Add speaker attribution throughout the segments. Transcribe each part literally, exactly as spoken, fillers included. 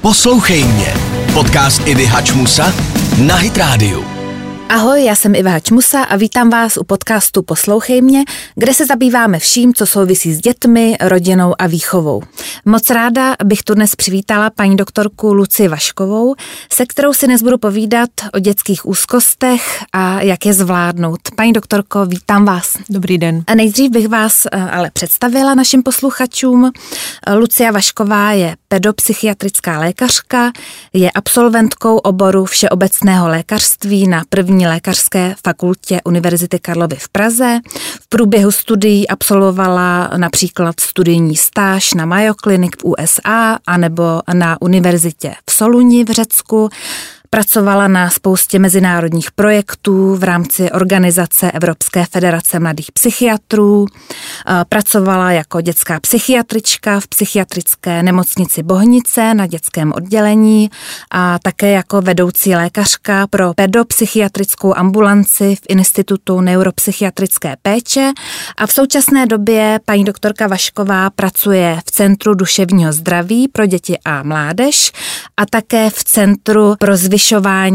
Speaker 1: Poslouchej mě. Podcast Ivy Hačmusa na Hit rádiu.
Speaker 2: Ahoj, já jsem Iva Hačmusa a vítám vás u podcastu Poslouchej mě, kde se zabýváme vším, co souvisí s dětmi, rodinou a výchovou. Moc ráda bych tu dnes přivítala paní doktorku Lucii Vaškovou, se kterou si dnes budu povídat o dětských úzkostech a jak je zvládnout. Paní doktorko, vítám vás.
Speaker 3: Dobrý den.
Speaker 2: A nejdřív bych vás ale představila našim posluchačům. Lucia Vašková je pedopsychiatrická lékařka, je absolventkou oboru všeobecného lékařství na první lékařské fakultě Univerzity Karlovy v Praze. V průběhu studií absolvovala například studijní stáž na Mayo Clinic v U S A anebo na univerzitě v Soluni v Řecku. Pracovala na spoustě mezinárodních projektů v rámci organizace Evropské federace mladých psychiatrů. Pracovala jako dětská psychiatrička v psychiatrické nemocnici Bohnice na dětském oddělení a také jako vedoucí lékařka pro pedopsychiatrickou ambulanci v Institutu neuropsychiatrické péče. A v současné době paní doktorka Vašková pracuje v Centru duševního zdraví pro děti a mládež a také v Centru pro zvyšování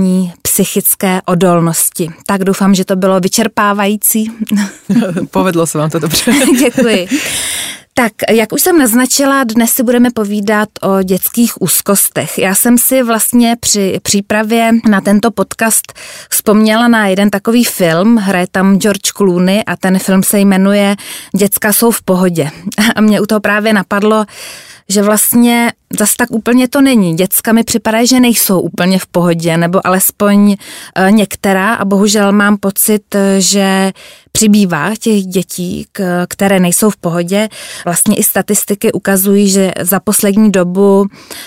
Speaker 2: psychické odolnosti. Tak doufám, že to bylo vyčerpávající.
Speaker 3: Povedlo se vám to dobře.
Speaker 2: Děkuji. Tak, jak už jsem naznačila, dnes si budeme povídat o dětských úzkostech. Já jsem si vlastně při přípravě na tento podcast vzpomněla na jeden takový film, hraje tam George Clooney a ten film se jmenuje Děcka jsou v pohodě. A mě u toho právě napadlo, že vlastně zas tak úplně to není. Děcka mi připadají, že nejsou úplně v pohodě, nebo alespoň některá a bohužel mám pocit, že přibývá těch dětí, které nejsou v pohodě. Vlastně i statistiky ukazují, že za poslední dobu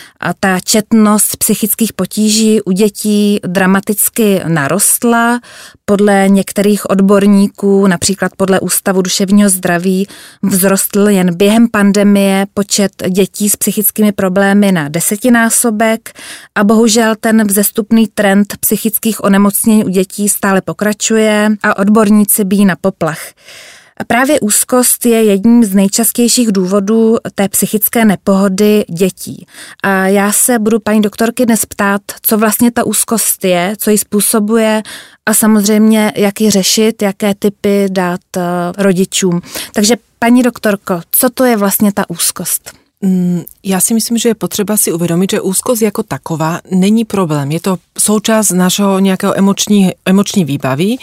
Speaker 2: ta četnost psychických potíží u dětí dramaticky narostla. Podle některých odborníků, například podle Ústavu duševního zdraví, vzrostl jen během pandemie počet dětí s psychickými problémy na desetinásobek a bohužel ten vzestupný trend psychických onemocnění u dětí stále pokračuje a odborníci bijí na poplach. A právě úzkost je jedním z nejčastějších důvodů té psychické nepohody dětí. A já se budu paní doktorky dnes ptát, co vlastně ta úzkost je, co ji způsobuje a samozřejmě, jak ji řešit, jaké tipy dát rodičům. Takže paní doktorko, co to je vlastně ta úzkost?
Speaker 3: Já si myslím, že je potřeba si uvědomit, že úzkost jako taková není problém. Je to součást našeho nějakého emoční, emoční výbavy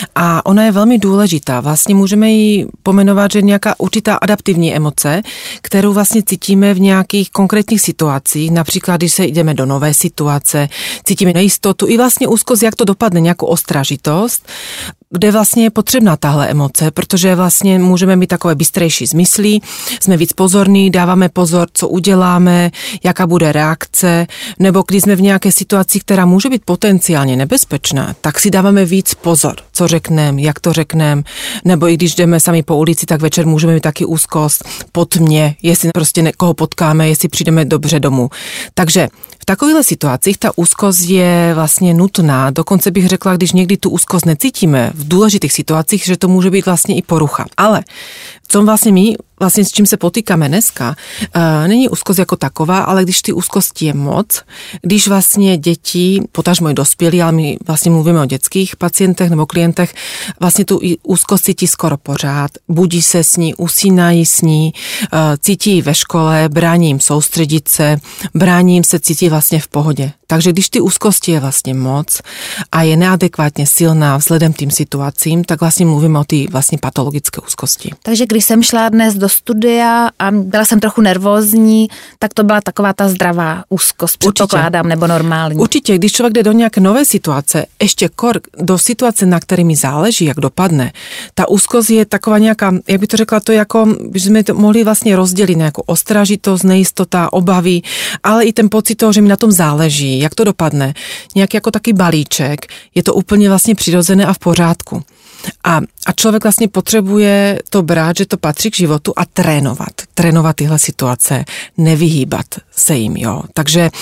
Speaker 3: a ona je velmi důležitá. Vlastně můžeme ji pomenovat, že nějaká určitá adaptivní emoce, kterou vlastně cítíme v nějakých konkrétních situacích, například když se jdeme do nové situace, cítíme nejistotu i vlastně úzkost, jak to dopadne, nějakou ostražitost, kde vlastně je potřebná tahle emoce, protože vlastně můžeme mít takové bystrejší zmysly, jsme víc pozorní, dáváme pozor, co uděláme, jaká bude reakce, nebo když jsme v nějaké situaci, která může být potenciálně nebezpečná, tak si dáváme víc pozor, co řekneme, jak to řekneme, nebo i když jdeme sami po ulici, tak večer můžeme mít taky úzkost po tmě, jestli prostě někoho potkáme, jestli přijdeme dobře domů. Takže v takovýchhle situacích ta úzkost je vlastně nutná, dokonce bych řekla, když někdy tu úzkost necítíme v důležitých situacích, že to může být vlastně i porucha. Ale co vlastně my, vlastně s čím se potýkáme dneska, uh, není úzkost jako taková, ale když ty úzkosti je moc, když vlastně děti, potažmo i dospělí, ale my vlastně mluvíme o dětských pacientech nebo klientech, vlastně tu úzkost cítí skoro pořád, budí se s ní, usínají s ní, uh, cítí ve škole, brání jim soustředit se, brání jim se cítit vlastně v pohodě. Takže když ty úzkosti je vlastně moc a je neadekvátně silná vzhledem tým situacím, tak vlastně mluvíme o té vlastně patologické úzkosti.
Speaker 2: Takže když jsem šla dnes do studia a byla jsem trochu nervózní, tak to byla taková ta zdravá úzkost, předpokládám, nebo normální.
Speaker 3: Určitě, když člověk jde do nějaké nové situace, ještě kor do situace, na které mi záleží, jak dopadne, ta úzkost je taková nějaká, jak by to řekla, to jako, že jsme to mohli vlastně rozdělit nějakou ostražitost, nejistota, obavy, ale i ten pocit toho, že mi na tom záleží, jak to dopadne, nějaký jako taky balíček, je to úplně vlastně přirozené a v pořádku. A, a člověk vlastně potřebuje to brát, že to patří k životu a trénovat. Trénovat tyhle situace, nevyhýbat se jim, jo. Takže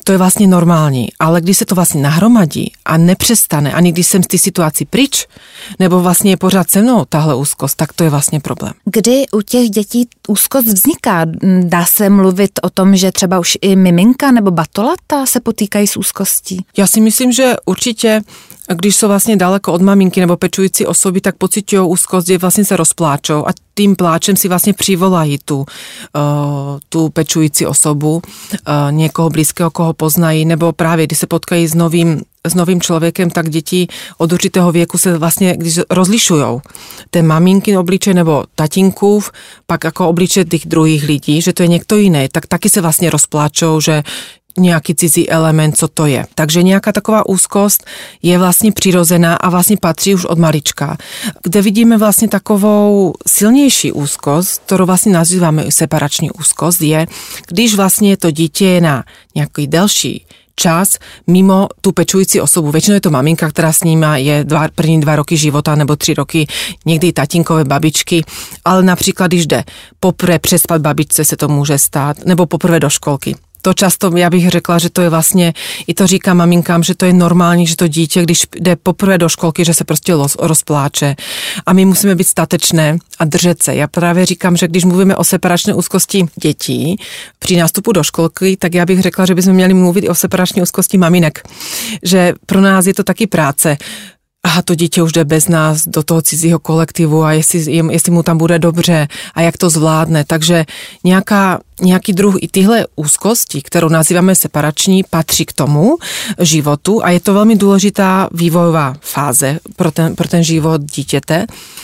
Speaker 3: to je vlastně normální. Ale když se to vlastně nahromadí a nepřestane, ani když jsem z té situaci pryč, nebo vlastně je pořád se mnou tahle úzkost, tak to je vlastně problém.
Speaker 2: Kdy u těch dětí úzkost vzniká? Dá se mluvit o tom, že třeba už i miminka nebo batolata se potýkají s úzkostí?
Speaker 3: Já si myslím, že určitě, když jsou vlastně daleko od maminky nebo pečující osoby, tak pociťují úzkost, že vlastně se rozpláčou a tým pláčem si vlastně přivolají tu, uh, tu pečující osobu, uh, někoho blízkého, koho poznají, nebo právě když se potkají s novým s novým člověkem, tak děti od určitého věku se vlastně, když rozlišujou ten maminkin obličej nebo tatínkův, pak jako obličej těch druhých lidí, že to je někdo jiný, tak taky se vlastně rozpláčou, že nějaký cizí element, co to je. Takže nějaká taková úzkost je vlastně přirozená a vlastně patří už od malička. Kde vidíme vlastně takovou silnější úzkost, kterou vlastně nazýváme separační úzkost, je, když vlastně to dítě je na nějaký delší čas mimo tu pečující osobu. Většinou je to maminka, která s ním je dva, první dva roky života nebo tři roky, někdy i tatínkové babičky, ale například, když jde poprvé přespat babičce, se to může stát, nebo poprvé do školky. To často, já bych řekla, že to je vlastně, i to říkám maminkám, že to je normální, že to dítě, když jde poprvé do školky, že se prostě rozpláče. A my musíme být statečné a držet se. Já právě říkám, že když mluvíme o separační úzkosti dětí při nástupu do školky, tak já bych řekla, že bychom měli mluvit i o separační úzkosti maminek. Že pro nás je to taky práce. Aha, to dítě už jde bez nás do toho cizího kolektivu a jestli, jestli mu tam bude dobře a jak to zvládne. Takže nějaká, nějaký druh i tyhle úzkosti, kterou nazýváme separační, patří k tomu životu a je to velmi důležitá vývojová fáze pro ten, pro ten život dítěte.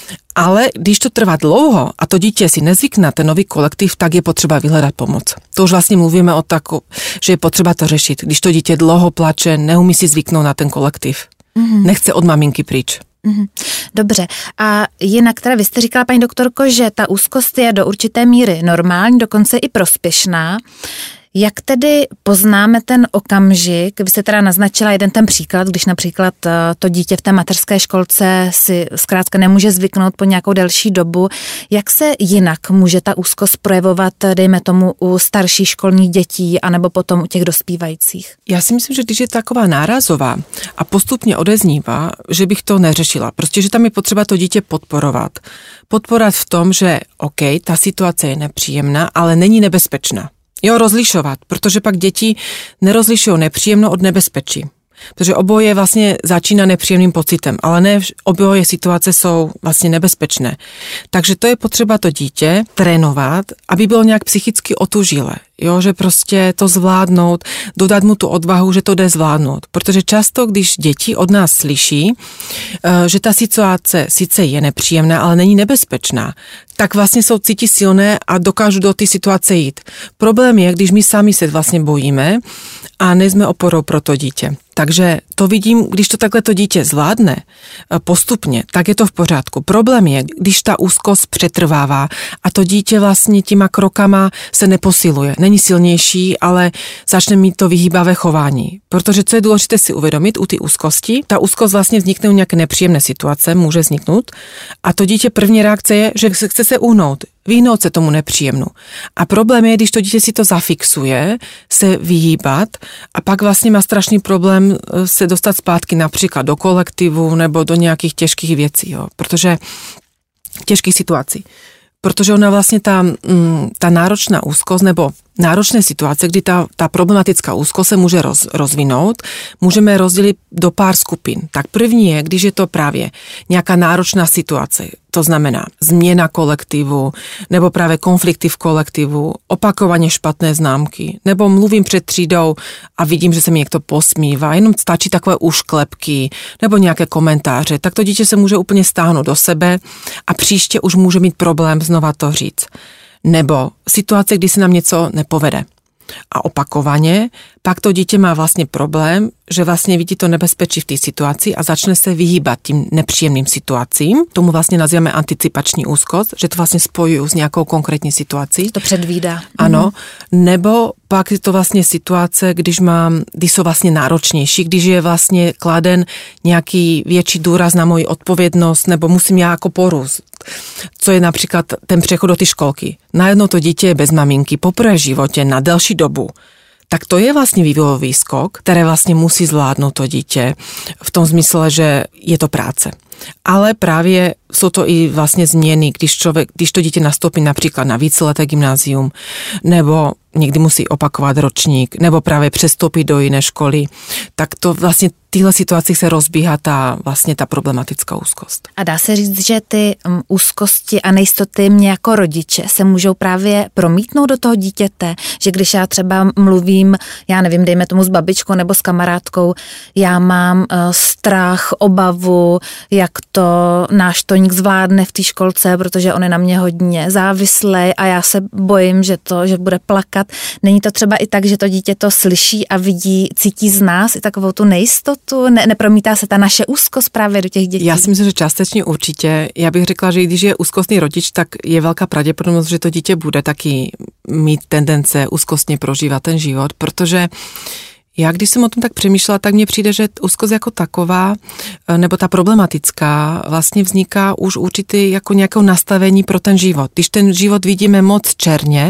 Speaker 3: Ale když to trvá dlouho a to dítě si nezvykne na ten nový kolektiv, tak je potřeba vyhledat pomoc. To už vlastně mluvíme o tako, že je potřeba to řešit. Když to dítě dlouho plače, neumí si zvyknout na ten kolektiv. Mm-hmm. Nechce od maminky pryč.
Speaker 2: Mm-hmm. Dobře. A jinak teda vy jste říkala, paní doktorko, že ta úzkost je do určité míry normální, dokonce i prospěšná. Jak tedy poznáme ten okamžik, vy jste teda naznačila jeden ten příklad, když například to dítě v té mateřské školce si zkrátka nemůže zvyknout po nějakou delší dobu, jak se jinak může ta úzkost projevovat, dejme tomu, u starších školních dětí anebo potom u těch dospívajících?
Speaker 3: Já si myslím, že když je taková nárazová a postupně odeznívá, že bych to neřešila. Prostě, že tam je potřeba to dítě podporovat. Podporovat v tom, že OK, ta situace je nepříjemná, ale není nebezpečná. Jo, rozlišovat, protože pak děti nerozlišují nepříjemno od nebezpečí. Protože oboje vlastně začíná nepříjemným pocitem, ale ne oboje situace jsou vlastně nebezpečné. Takže to je potřeba to dítě trénovat, aby bylo nějak psychicky otužilé. Jo, že prostě to zvládnout, dodat mu tu odvahu, že to jde zvládnout. Protože často, když děti od nás slyší, že ta situace sice je nepříjemná, ale není nebezpečná, tak vlastně jsou cítí silné a dokážou do té situace jít. Problém je, když my sami se vlastně bojíme a nejsme oporou pro to dítě. Takže to vidím, když to takhle to dítě zvládne postupně, tak je to v pořádku. Problém je, když ta úzkost přetrvává a to dítě vlastně těma krokama se neposiluje. Není silnější, ale začne mít to vyhýbavé chování. Protože co je důležité si uvědomit u té úzkosti, ta úzkost vlastně vznikne u nějaké nepříjemné situace, může vzniknout a to dítě první reakce je, že se chce se uhnout, vyhnout se tomu nepříjemnu. A problém je, když to dítě si to zafixuje, se vyhýbat a pak vlastně má strašný problém se dostat zpátky například do kolektivu nebo do nějakých těžkých věcí, jo, protože těžkých situací. Protože ona vlastně ta, ta náročná úzkost nebo náročné situace, kdy ta, ta problematická úzkost se může roz, rozvinout, můžeme rozdělit do pár skupin. Tak první je, když je to právě nějaká náročná situace, to znamená změna kolektivu, nebo právě konflikty v kolektivu, opakovaně špatné známky, nebo mluvím před třídou a vidím, že se mi někdo posmívá, jenom stačí takové úšklepky, nebo nějaké komentáře, tak to dítě se může úplně stáhnout do sebe a příště už může mít problém znova to říct. Nebo situace, kdy se nám něco nepovede. A opakovaně, pak to dítě má vlastně problém, že vlastně vidí to nebezpečí v té situaci a začne se vyhýbat tím nepříjemným situacím. Tomu vlastně nazýváme anticipační úzkost, že to vlastně spojují s nějakou konkrétní situací.
Speaker 2: To předvídá.
Speaker 3: Ano, nebo pak je to vlastně situace, když mám, když jsou vlastně náročnější, když je vlastně kladen nějaký větší důraz na moji odpovědnost, nebo musím já jako porůst. Co je například ten přechod do té školky. Najednou to dítě je bez maminky poprvé v životě na delší dobu. tak to je vlastně vývojový skok, které vlastně musí zvládnout to dítě v tom zmysle, že je to práce. Ale právě jsou to i vlastně změny, když, člověk, když to dítě nastoupí například na víceleté gymnázium, nebo někdy musí opakovat ročník, nebo právě přestoupit do jiné školy, tak to vlastně v téhle situacích se rozbíhá ta, vlastně ta problematická úzkost.
Speaker 2: A dá se říct, že ty um, úzkosti a nejistoty mě jako rodiče se můžou právě promítnout do toho dítěte, že když já třeba mluvím, já nevím, dejme tomu s babičkou nebo s kamarádkou, já mám uh, strach, obavu, jak to náš Toník zvládne v té školce, protože on je na mě hodně závislej a já se bojím, že to, že bude plakat. Není to třeba i tak, že to dítě to slyší a vidí, cítí z nás i takovou tu nejistotu? Ne, nepromítá se ta naše úzkost právě do těch dětí?
Speaker 3: Já si myslím, že částečně určitě. Já bych řekla, že když je úzkostný rodič, tak je velká pravděpodobnost, že to dítě bude taky mít tendence úzkostně prožívat ten život, protože já, když jsem o tom tak přemýšlela, tak mně přijde, že úzkost jako taková, nebo ta problematická, vlastně vzniká už určitě jako nějaké nastavení pro ten život. Když ten život vidíme moc černě,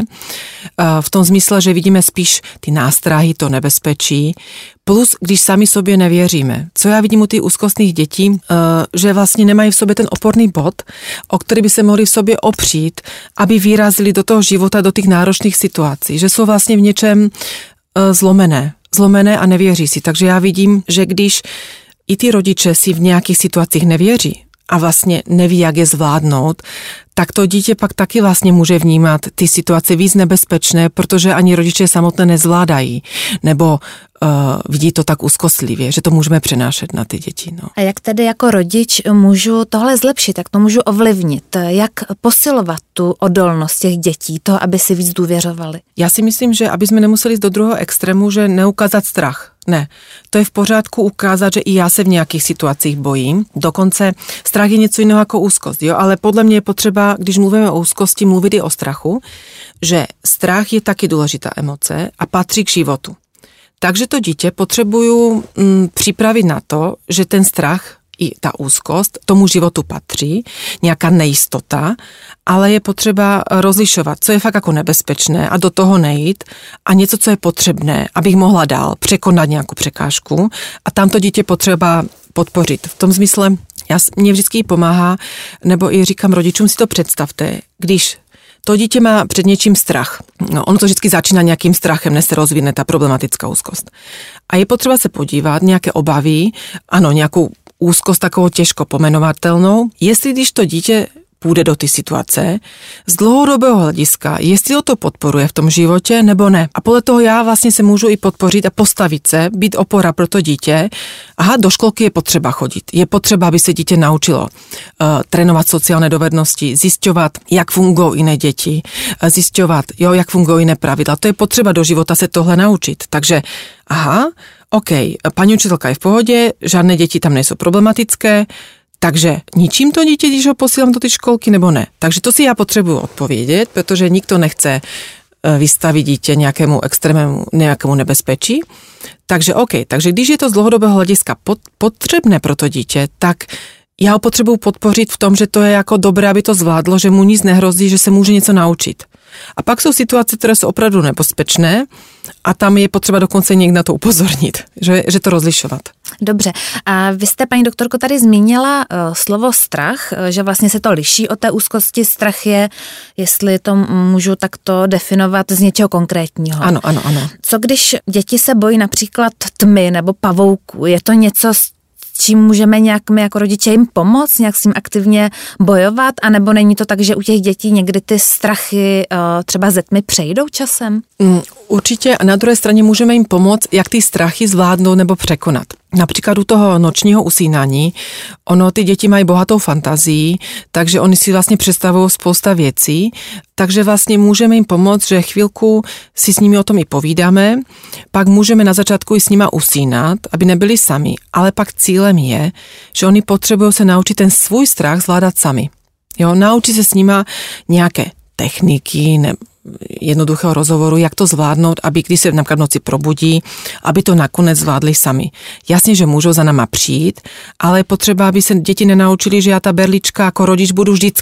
Speaker 3: v tom zmysle, že vidíme spíš ty nástrahy, to nebezpečí, plus když sami sobě nevěříme. Co já vidím u těch úzkostných dětí, že vlastně nemají v sobě ten oporný bod, o který by se mohli v sobě opřít, aby vyrazili do toho života, do těch náročných situací. Že jsou vlastně v něčem zlomené. zlomené a nevěří si. Takže já vidím, že když i ty rodiče si v nějakých situacích nevěří a vlastně neví, jak je zvládnout, tak to dítě pak taky vlastně může vnímat ty situace víc nebezpečné, protože ani rodiče samotné nezvládají, nebo uh, vidí to tak úzkostlivě, že to můžeme přenášet na ty děti. No.
Speaker 2: A jak tedy jako rodič můžu tohle zlepšit, jak to můžu ovlivnit, jak posilovat tu odolnost těch dětí, toho, aby si víc důvěřovali?
Speaker 3: Já si myslím, že aby jsme nemuseli jít do druhého extrému, že neukázat strach. Ne, to je v pořádku ukázat, že i já se v nějakých situacích bojím. Dokonce strach je něco jiného jako úzkost, jo? Ale podle mě je potřeba, když mluvíme o úzkosti, mluvit i o strachu, že strach je taky důležitá emoce a patří k životu. Takže to dítě potřebuju mm, připravit na to, že ten strach i ta úzkost tomu životu patří, nějaká nejistota, ale je potřeba rozlišovat, co je fakt jako nebezpečné a do toho nejít a něco, co je potřebné, abych mohla dál překonat nějakou překážku a tam to dítě potřeba podpořit. V tom smysle, já, mě vždycky pomáhá, nebo i říkám rodičům, si to představte, když to dítě má před něčím strach. No, ono to vždycky začíná nějakým strachem, než se rozvine ta problematická úzkost. A je potřeba se podívat, nějaké obavy, ano, nějakou úzkost takovou těžko pomenovatelnou, jestli když to dítě půjde do ty situace, z dlouhodobého hlediska, jestli ho to podporuje v tom životě nebo ne. A podle toho já vlastně se můžu i podpořit a postavit se, být opora pro to dítě. Aha, do školky je potřeba chodit. Je potřeba, aby se dítě naučilo uh, trénovat sociální dovednosti, zjišťovat, jak fungují jiné děti, uh, zjišťovat, jo, jak fungují jiné pravidla. To je potřeba do života se tohle naučit. Takže, aha, OK, paní učitelka je v pohodě, žádné děti tam nejsou problematické, takže ničím to dítě, když ho posílám do ty školky, nebo ne? Takže to si já potřebuji odpovědět, protože nikdo nechce vystavit dítě nějakému extrémnému, nějakému nebezpečí. Takže OK, takže když je to z dlouhodobého hlediska potřebné pro to dítě, tak já ho potřebuji podpořit v tom, že to je jako dobré, aby to zvládlo, že mu nic nehrozí, že se může něco naučit. A pak jsou situace, které jsou opravdu nebezpečné a tam je potřeba dokonce někdo na to upozornit, že, že to rozlišovat.
Speaker 2: Dobře. A vy jste, paní doktorko, tady zmínila uh, slovo strach, že vlastně se to liší od té úzkosti. Strach je, jestli to můžu takto definovat, z něčeho konkrétního.
Speaker 3: Ano, ano, ano.
Speaker 2: Co když děti se bojí například tmy nebo pavouků? Je to něco, čím můžeme nějak my jako rodiče jim pomoct, nějak s tím aktivně bojovat, anebo není to tak, že u těch dětí někdy ty strachy uh, třeba ze tmy přejdou časem?
Speaker 3: Mm, určitě a na druhé straně můžeme jim pomoct, jak ty strachy zvládnout nebo překonat. Například u toho nočního usínání, ono ty děti mají bohatou fantazii, takže oni si vlastně představují spousta věcí, takže vlastně můžeme jim pomoct, že chvilku si s nimi o tom i povídáme, pak můžeme na začátku i s nima usínat, aby nebyli sami, ale pak cílem je, že oni potřebují se naučit ten svůj strach zvládat sami. Jo, naučit se s nima nějaké techniky, ne, jednoduchého rozhovoru, jak to zvládnout, aby když se například v noci probudí, aby to nakonec zvládli sami. Jasně, že můžou za náma přijít, ale je potřeba, aby se děti nenaučili, že já ta berlička jako rodič budu vždycky.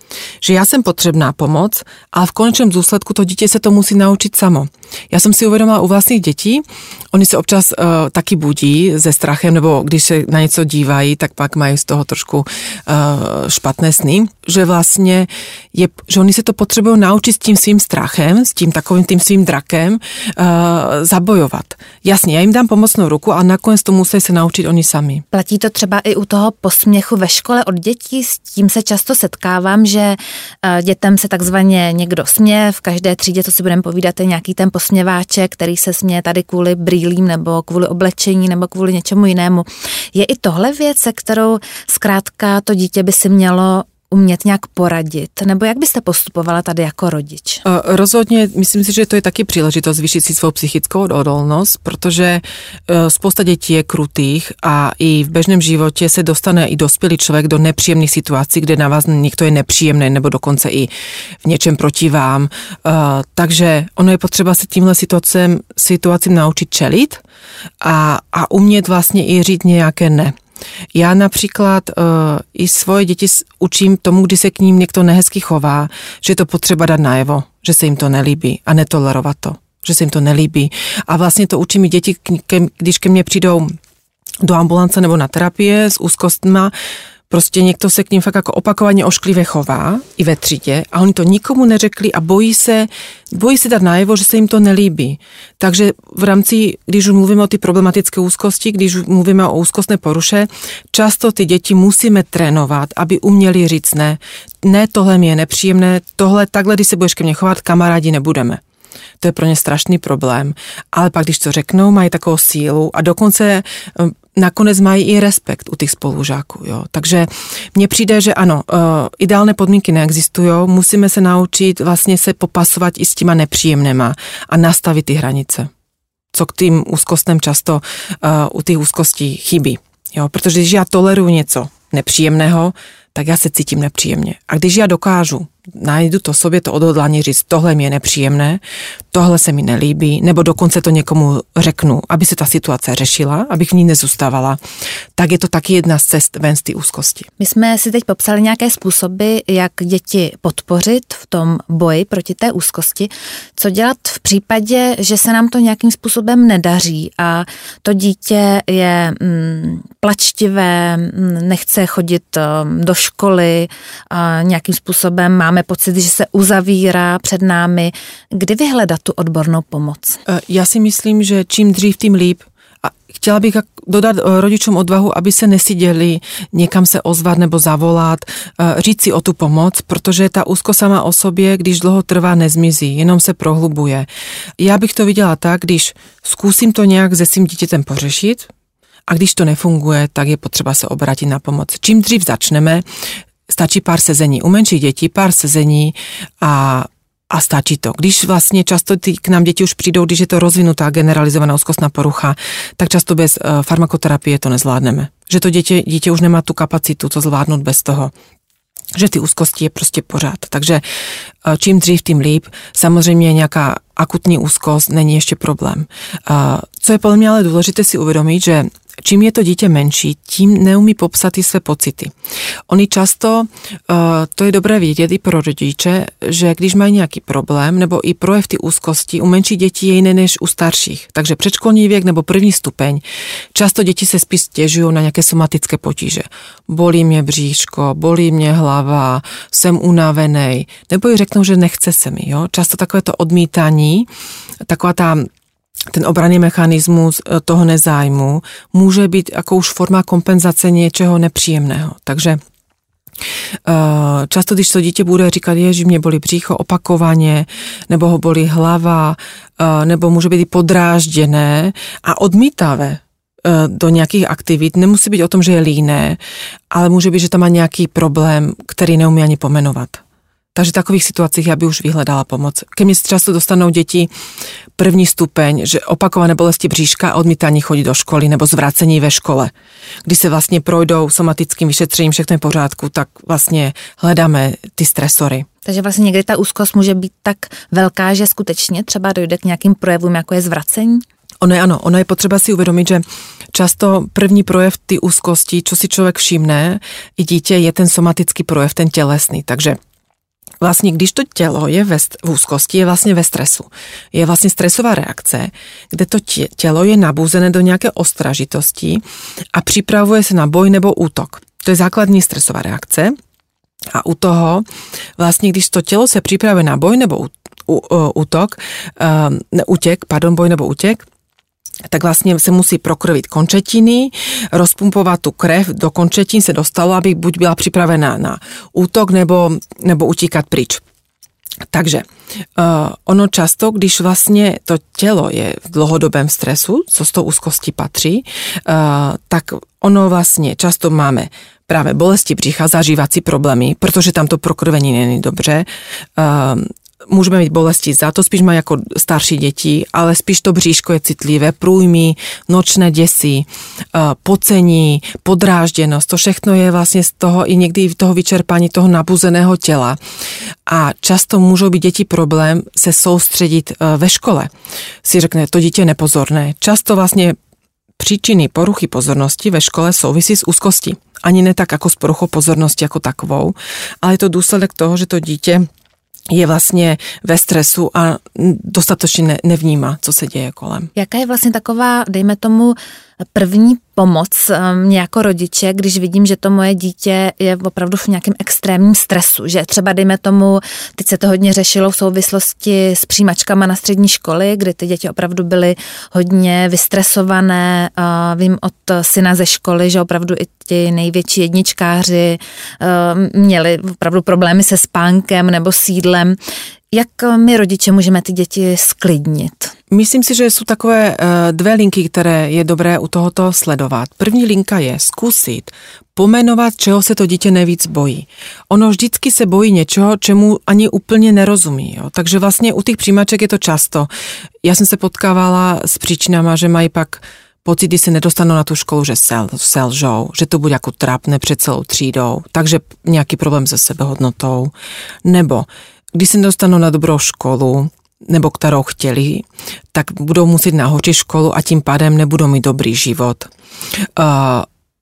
Speaker 3: Že já jsem potřebná pomoc, ale v konečném důsledku to dítě se to musí naučit samo. Já jsem si uvědomila u vlastních dětí, oni se občas uh, taky budí se strachem, nebo když se na něco dívají, tak pak mají z toho trošku uh, špatné sny, že vlastně je, že oni se to potřebují naučit s tím svým strachem, s tím takovým tím svým drakem uh, zabojovat. Jasně, já jim dám pomocnou ruku, ale nakonec to musí se naučit oni sami.
Speaker 2: Platí to třeba i u toho posměchu ve škole od dětí, s tím se často setkávám, že uh, dětem se takzvaně někdo směje, v každé třídě, co si budeme povídat, je nějaký ten posměváček, který se směje tady kvůli brýlím nebo kvůli oblečení nebo kvůli něčemu jinému. Je i tohle věc, se kterou zkrátka to dítě by si mělo umět nějak poradit? Nebo jak byste postupovala tady jako rodič?
Speaker 3: Rozhodně, myslím si, že to je taky příležitost zvýšit si svou psychickou odolnost, protože spousta dětí je krutých a i v běžném životě se dostane i dospělý člověk do nepříjemných situací, kde na vás někdo je nepříjemný nebo dokonce i v něčem proti vám. Takže ono je potřeba se tímhle situacím, situacím naučit čelit a, a umět vlastně i říct nějaké ne. Já například uh, i svoje děti učím tomu, když se k ním někdo nehezky chová, že je to potřeba dát najevo, že se jim to nelíbí a netolerovat to, že se jim to nelíbí. A vlastně to učím i děti, když ke mně přijdou do ambulance nebo na terapie s úzkostma, prostě někdo se k ním fakt jako opakovaně ošklivě chová i ve třídě a oni to nikomu neřekli a bojí se, bojí se dát najevo, že se jim to nelíbí. Takže v rámci, když už mluvíme o ty problematické úzkosti, když už mluvíme o úzkostné poruše, často ty děti musíme trénovat, aby uměli říct ne. Ne, tohle mi je nepříjemné, tohle takhle, když se budeš ke mně chovat, kamarádi nebudeme. To je pro ně strašný problém. Ale pak, když to řeknou, mají takovou sílu a dokonce nakonec mají i respekt u těch spolužáků. Jo. Takže mně přijde, že ano, uh, ideálné podmínky neexistují, musíme se naučit vlastně se popasovat i s těma nepříjemnýma a nastavit ty hranice. Co k tým úzkostem často uh, u těch úzkostí chybí. Jo. Protože když já toleruju něco nepříjemného, tak já se cítím nepříjemně. A když já dokážu, najdu to sobě to odhodlání říct, tohle mi je nepříjemné, tohle se mi nelíbí, nebo dokonce to někomu řeknu, aby se ta situace řešila, abych v ní nezůstávala, tak je to taky jedna z cest ven z té úzkosti.
Speaker 2: My jsme si teď popsali nějaké způsoby, jak děti podpořit v tom boji proti té úzkosti. Co dělat v případě, že se nám to nějakým způsobem nedaří a to dítě je mm, plačtivé, nechce chodit um, do školy, a nějakým způsobem máme pocit, že se uzavírá před námi. Kdy vyhledat tu odbornou pomoc?
Speaker 3: Já si myslím, že čím dřív, tím líp. A chtěla bych dodat rodičům odvahu, aby se nesyděli někam se ozvat nebo zavolat, říct si o tu pomoc, protože ta úzkost sama o sobě, když dlouho trvá, nezmizí, jenom se prohlubuje. Já bych to viděla tak, když zkusím to nějak se svým dítětem pořešit a když to nefunguje, tak je potřeba se obrátit na pomoc. Čím dřív začneme, stačí pár sezení u menších dětí, pár sezení a A stačí to. Když vlastně často ty, k nám děti už přijdou, když je to rozvinutá generalizovaná úzkostná porucha, tak často bez uh, farmakoterapie to nezvládneme. Že to dítě, dítě už nemá tu kapacitu to zvládnout bez toho. Že ty úzkosti je prostě pořád. Takže uh, čím dřív, tím líp. Samozřejmě nějaká akutní úzkost není ještě problém. Uh, co je podle mě ale důležité si uvědomit, že čím je to dítě menší, tím neumí popsat i své pocity. Oni často, to je dobré vědět i pro rodiče, že když mají nějaký problém nebo i projev ty úzkosti, u menších dětí je jiné než u starších. Takže předškolní věk nebo první stupeň, často děti se spíš stěžují na nějaké somatické potíže. Bolí mě bříško, bolí mě hlava, jsem unavený, nebo i řeknou, že nechce se mi. Jo? Často takové to odmítání, taková ta ten obranný mechanismus toho nezájmu může být jako už forma kompenzace něčeho nepříjemného. Takže často, když to dítě bude říkat, ježi, mě bolí břícho opakovaně, nebo ho bolí hlava, nebo může být i podrážděné a odmítavé do nějakých aktivit, nemusí být o tom, že je líné, ale může být, že tam má nějaký problém, který neumí ani pomenovat. Takže v takových situacích já by už vyhledala pomoc. Ke mně často dostanou děti první stupeň, že opakované bolesti bříška a odmítání chodit do školy nebo zvracení ve škole. Když se vlastně projdou somatickým vyšetřením, všechno je v pořádku, tak vlastně hledáme ty stresory.
Speaker 2: Takže vlastně někdy ta úzkost může být tak velká, že skutečně třeba dojde k nějakým projevům, jako je zvracení?
Speaker 3: Ono je ano, ono je potřeba si uvědomit, že často první projev ty úzkosti, co si člověk všimne, i dítě, je ten somatický projev, ten tělesný. Takže Vlastně, když to tělo je ve, v úzkosti, je vlastně ve stresu. Je vlastně stresová reakce, kde to tělo je nabuzené do nějaké ostražitosti a připravuje se na boj nebo útok. To je základní stresová reakce. A u toho, vlastně, když to tělo se připravuje na boj nebo útok, um, útěk, pardon, boj nebo útěk, tak vlastně se musí prokrvit končetiny, rozpumpovat tu krev do končetin se dostalo, aby buď byla připravená na útok nebo, nebo utíkat pryč. Takže uh, ono často, když vlastně to tělo je v dlouhodobém stresu, co z toho úzkosti patří, uh, tak ono vlastně často máme právě bolesti břicha, zažívací problémy, protože tam to prokrvení není dobře. Uh, Můžeme mít bolesti za to, spíš mají jako starší děti, ale spíš to bříško je citlivé, průjmy, nočné děsy, pocení, podrážděnost, to všechno je vlastně z toho i někdy toho vyčerpání toho nabuzeného těla. A často můžou být děti problém se soustředit ve škole. Si řekne, to dítě je nepozorné. Často vlastně příčiny poruchy pozornosti ve škole souvisí s úzkostí. Ani ne tak jako s poruchou pozornosti jako takovou, ale je to důsledek toho, že to dítě je vlastně ve stresu a dostatečně nevnímá, co se děje kolem.
Speaker 2: Jaká je vlastně taková, dejme tomu, první pomoc mě jako rodiče, když vidím, že to moje dítě je opravdu v nějakém extrémním stresu, že třeba dejme tomu, teď se to hodně řešilo v souvislosti s přijímačkama na střední školy, kdy ty děti opravdu byly hodně vystresované, vím od syna ze školy, že opravdu i ti největší jedničkáři měli opravdu problémy se spánkem nebo s jídlem. Jak my rodiče můžeme ty děti sklidnit?
Speaker 3: Myslím si, že jsou takové dvě linky, které je dobré u tohoto sledovat. První linka je zkusit pomenovat, čeho se to dítě nejvíc bojí. Ono vždycky se bojí něčeho, čemu ani úplně nerozumí. Jo? Takže vlastně u těch přijímaček je to často. Já jsem se potkávala s příčinama, že mají pak pocit, když se nedostanou na tu školu, že sel, selžou, že to bude jako trápné před celou třídou, takže nějaký problém se sebehodnotou. Nebo když se nedostanou na dobrou školu, nebo kterou chtěli, tak budou muset na horší školu a tím pádem nebudou mít dobrý život. Uh,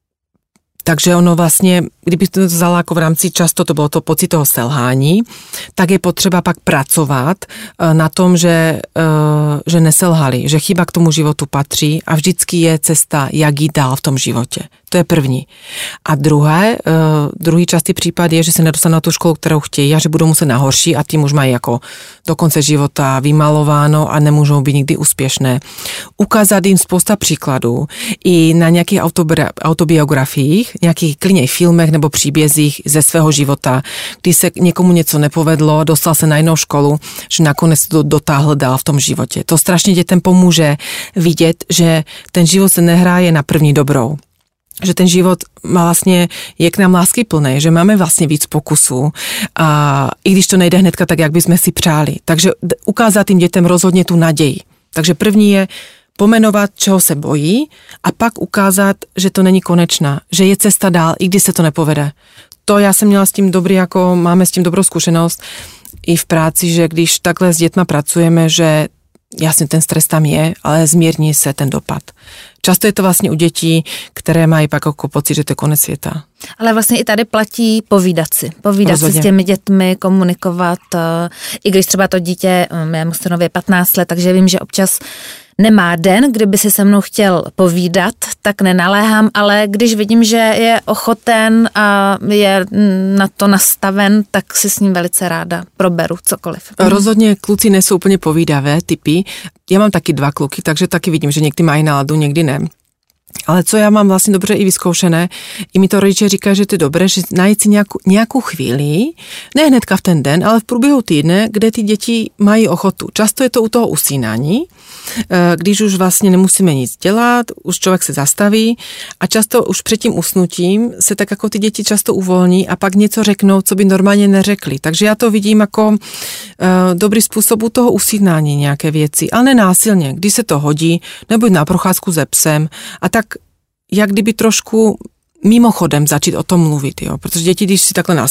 Speaker 3: takže ono vlastně, kdyby to vzala jako v rámci, často to bylo to pocit toho selhání, tak je potřeba pak pracovat uh, na tom, že, uh, že neselhali, že chyba k tomu životu patří a vždycky je cesta, jak jít dál v tom životě. To je první. A druhé, uh, druhý častý případ je, že se nedostanou na tu školu, kterou chtějí a že budou muset na horší a tím už mají jako do konce života vymalováno a nemůžou být nikdy úspěšné. Ukázat jim spousta příkladů i na nějakých autobiografiích, nějakých klidně filmech nebo příbězích ze svého života, kdy se někomu něco nepovedlo, dostal se na jinou školu, že nakonec to dotáhl dál v tom životě. To strašně dětem pomůže vidět, že ten život se nehraje na první dobrou. Že ten život má vlastně, je k nám lásky plný, že máme vlastně víc pokusů a i když to nejde hnedka tak, jak bychom si přáli. Takže ukázat tím dětem rozhodně tu naději. Takže první je pomenovat, čeho se bojí a pak ukázat, že to není konečná, že je cesta dál, i když se to nepovede. To já jsem měla s tím dobrý, jako máme s tím dobrou zkušenost i v práci, že když takhle s dětma pracujeme, že jasně ten stres tam je, ale zmírní se ten dopad. Často je to vlastně u dětí, které mají pak jako pocit, že to je konec světa.
Speaker 2: Ale vlastně i tady platí povídat si. Povídat Rozhodně. si s těmi dětmi, komunikovat. I když třeba to dítě, mému synovi je patnáct let, takže vím, že občas nemá den, kdyby si se mnou chtěl povídat, tak nenaléhám, ale když vidím, že je ochoten a je na to nastaven, tak si s ním velice ráda proberu cokoliv.
Speaker 3: Rozhodně kluci nejsou úplně povídavé typy. Já mám taky dva kluky, takže taky vidím, že někdy mají náladu, někdy ne. Ale co já mám vlastně dobře i vyzkoušené, i mi to rodiče říkají, že to je dobré, že najít si nějakou, nějakou chvíli, ne hnedka v ten den, ale v průběhu týdne, kde ty děti mají ochotu. Často je to u toho usínání, když už vlastně nemusíme nic dělat, už člověk se zastaví a často už před tím usnutím se tak jako ty děti často uvolní a pak něco řeknou, co by normálně neřekli. Takže já to vidím jako uh, dobrý způsob u toho usínání nějaké věci, ale nenásilně, když se to hodí, nebo na procházku se psem a tak jak kdyby trošku mimochodem začít o tom mluvit, jo? Protože děti, když si takhle nás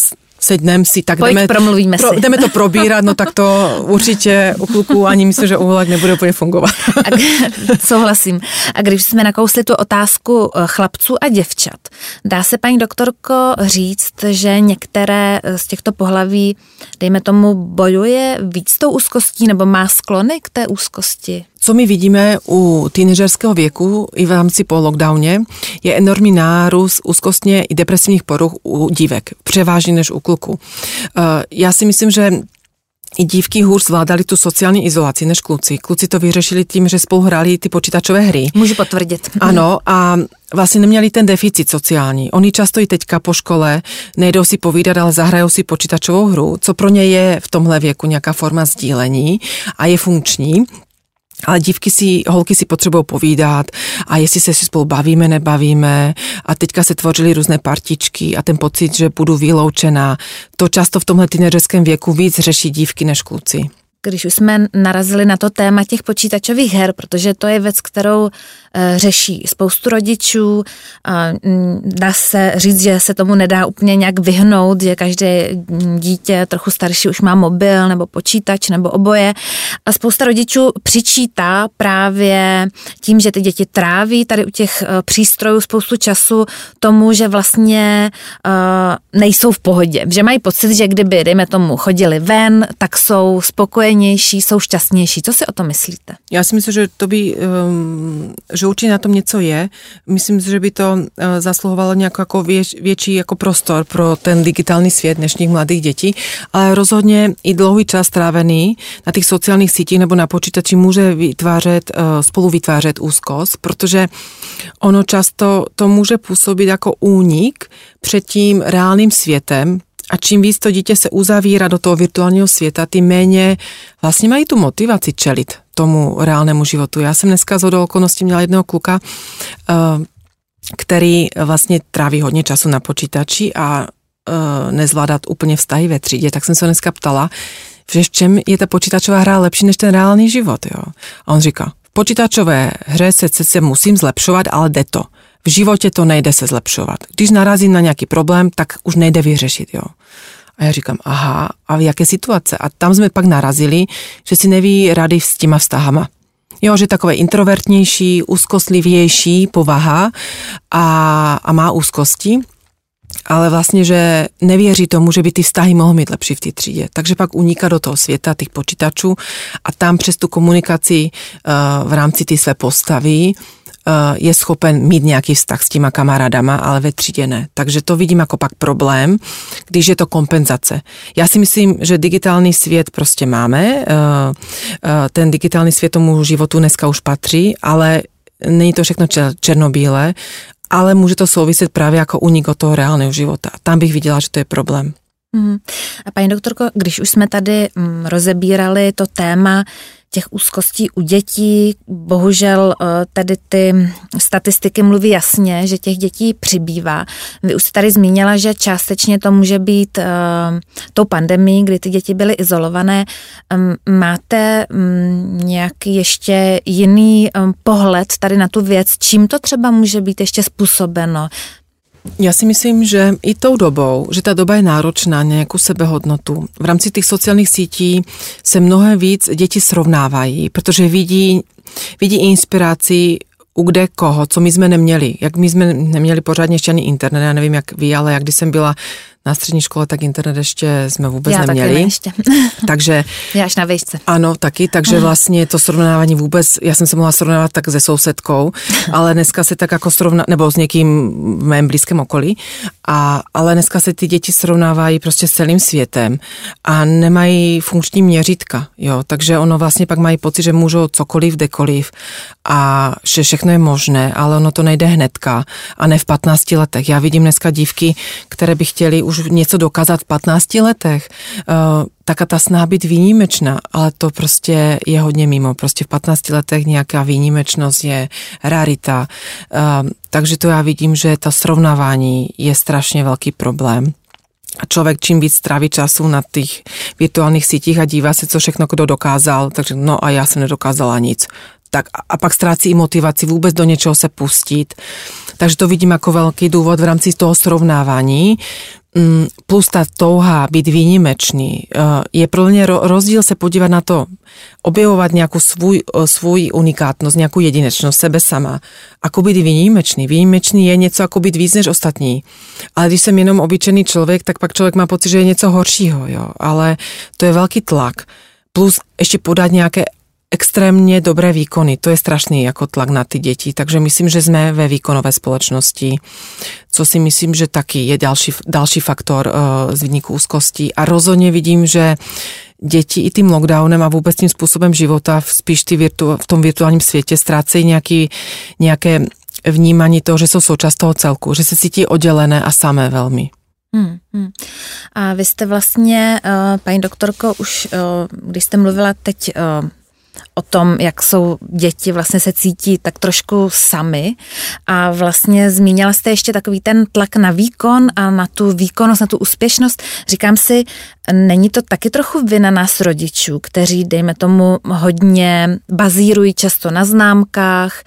Speaker 3: sednem si, tak
Speaker 2: Pojď,
Speaker 3: jdeme,
Speaker 2: promluvíme
Speaker 3: pro,
Speaker 2: si.
Speaker 3: jdeme to probírat, no tak to určitě u kluků ani myslím, že uhlak nebude úplně fungovat.
Speaker 2: A, souhlasím. A když jsme nakousli tu otázku chlapců a děvčat, dá se, paní doktorko, říct, že některé z těchto pohlaví, dejme tomu, bojuje víc s tou úzkostí nebo má sklony k té úzkosti?
Speaker 3: Co my vidíme u teenagerského věku i v rámci po lockdowně, je enormní nárůst úzkostně i depresivních poruch u dívek, převážně než u kluků. Já si myslím, že i dívky hůř zvládali tu sociální izolaci než kluci. Kluci to vyřešili tím, že spolu hráli ty počítačové hry.
Speaker 2: Můžu potvrdit.
Speaker 3: Ano, a vlastně neměli ten deficit sociální. Oni často i teďka po škole nejdou si povídat, ale zahrajou si počítačovou hru, co pro ně je v tomhle věku nějaká forma sdílení a je funkční. Ale dívky si, holky si potřebují povídat a jestli se si spolu bavíme, nebavíme a teďka se tvořily různé partičky a ten pocit, že budu vyloučená, to často v tomhle teenagerském věku víc řeší dívky než kluci.
Speaker 2: Když už jsme narazili na to téma těch počítačových her, protože to je věc, kterou e, řeší spoustu rodičů, a, m, dá se říct, že se tomu nedá úplně nějak vyhnout, že každé dítě trochu starší už má mobil nebo počítač nebo oboje a spousta rodičů přičítá právě tím, že ty děti tráví tady u těch e, přístrojů spoustu času tomu, že vlastně e, nejsou v pohodě, že mají pocit, že kdyby, dejme tomu, chodili ven, tak jsou spokojení, jsou šťastnější. Co si o tom myslíte?
Speaker 3: Já si myslím, že to by, že určitě na tom něco je. Myslím, že by to zasluhovalo nějaký jako věč, větší jako prostor pro ten digitální svět dnešních mladých dětí, ale rozhodně i dlouhý čas strávený na těch sociálních sítích nebo na počítači může vytvářet, spolu vytvářet úzkost, protože ono často to může působit jako únik před tím reálným světem. A čím víc to dítě se uzavírá do toho virtuálního světa, tím méně vlastně mají tu motivaci čelit tomu reálnému životu. Já jsem dneska zhodou okolností měla jednoho kluka, který vlastně tráví hodně času na počítači a nezvládá úplně vztahy ve třídě, tak jsem se dneska ptala, že v čem je ta počítačová hra lepší než ten reálný život. Jo? A on říká, v počítačové hře se sice musím zlepšovat, ale jde to. V životě to nejde se zlepšovat. Když narazím na nějaký problém, tak už nejde vyřešit, jo. A já říkám, aha, a v jaké situace? A tam jsme pak narazili, že si neví rady s těma vztahama. Jo, že takové introvertnější, úzkostlivější povaha a, a má úzkosti, ale vlastně, že nevěří tomu, že by ty vztahy mohly mít lepší v té třídě. Takže pak uniká do toho světa, těch počítačů a tam přes tu komunikaci uh, v rámci té své postavy je schopen mít nějaký vztah s těma kamarádama, ale ve třídě ne. Takže to vidím jako pak problém, když je to kompenzace. Já si myslím, že digitální svět prostě máme, ten digitální svět tomu životu dneska už patří, ale není to všechno černobílé, ale může to souviset právě jako únik od toho reálného života. Tam bych viděla, že to je problém.
Speaker 2: Hmm. A paní doktorko, když už jsme tady mm, rozebírali to téma těch úzkostí u dětí, bohužel tedy ty statistiky mluví jasně, že těch dětí přibývá. Vy už jste tady zmínila, že částečně to může být uh, tou pandemií, kdy ty děti byly izolované. Um, máte um, nějaký ještě jiný um, pohled tady na tu věc? Čím to třeba může být ještě způsobeno?
Speaker 3: Já si myslím, že i tou dobou, že ta doba je náročná na nějakou sebehodnotu. V rámci těch sociálních sítí se mnohem víc děti srovnávají, protože vidí, vidí inspiraci u kde koho, co my jsme neměli. Jak my jsme neměli pořádně ještě ani internet, já nevím jak vy, ale jak když jsem byla na střední škole, tak internet ještě jsme vůbec
Speaker 2: já
Speaker 3: neměli.
Speaker 2: Já taky ještě.
Speaker 3: Takže,
Speaker 2: já až na výšce.
Speaker 3: Ano, taky, takže vlastně to srovnávání vůbec, já jsem se mohla srovnávat tak se sousedkou, ale dneska se tak jako srovná, nebo s někým v mém blízkém okolí, a, ale dneska se ty děti srovnávají prostě s celým světem a nemají funkční měřítka, jo, takže ono vlastně pak mají pocit, že můžou cokoliv, kdekoliv a že všechno je možné, ale ono to nejde hnedka a ne v patnácti letech. Já vidím dneska dívky, které by chtěly už něco dokázat v patnácti letech. Uh, taká ta snaha být výjimečná, ale to prostě je hodně mimo. Prostě v patnácti letech nějaká výjimečnost je rarita. Uh, takže to já vidím, že to srovnávání je strašně velký problém. A člověk čím víc stráví času na těch virtuálních sítích a dívá se, co všechno kdo dokázal, takže no a já jsem nedokázala nic. Tak a pak ztrácí i motivaci vůbec do něčeho se pustit. Takže to vidím jako velký důvod v rámci toho srovnávání. plus tá touha byť výnimečný, je pro mňa rozdíl sa podívať na to, objevovať nejakú svůj, svůj unikátnosť, nejakú jedinečnosť sebe sama. Ako byť výnimečný. Výnimečný je něco ako byť víc než ostatní. Ale když jsem jenom obyčejný člověk, tak pak člověk má pocit, že je něco horšího. Jo? Ale to je veľký tlak. Plus ešte podať nejaké extrémne dobré výkony. To je strašný jako tlak na ty děti. Takže myslím, že jsme ve výkonové společnosti, co si myslím, že taky je další, další faktor uh, vzniku úzkostí. A rozhodně vidím, že děti i tým lockdownem a vůbec tím způsobem života spíš ty virtu, v tom virtuálním světě ztrácejí nějaký, nějaké vnímání toho, že jsou součást toho celku, že se cítí oddělené a samé velmi.
Speaker 2: Hmm, hmm. A vy jste vlastně, uh, paní doktorko, už uh, když jste mluvila teď uh, o tom, jak jsou děti, vlastně se cítí tak trošku sami a vlastně zmínila jste ještě takový ten tlak na výkon a na tu výkonnost, na tu úspěšnost. Říkám si, není to taky trochu vina nás rodičů, kteří, dejme tomu, hodně bazírují často na známkách,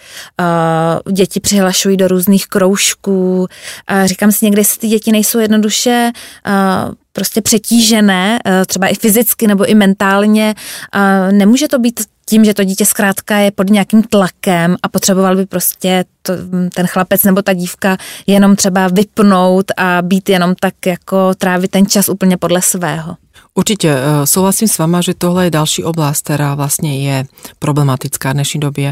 Speaker 2: uh, děti přihlašují do různých kroužků a říkám si, někdy si ty děti nejsou jednoduše uh, prostě přetížené, uh, třeba i fyzicky nebo i mentálně. Uh, nemůže to být tím, že to dítě zkrátka je pod nějakým tlakem a potřeboval by prostě to, ten chlapec nebo ta dívka jenom třeba vypnout a být jenom tak jako trávit ten čas úplně podle svého.
Speaker 3: Určite, souhlasím s vama, že tohle je další oblast, která vlastně je problematická v dnešní době,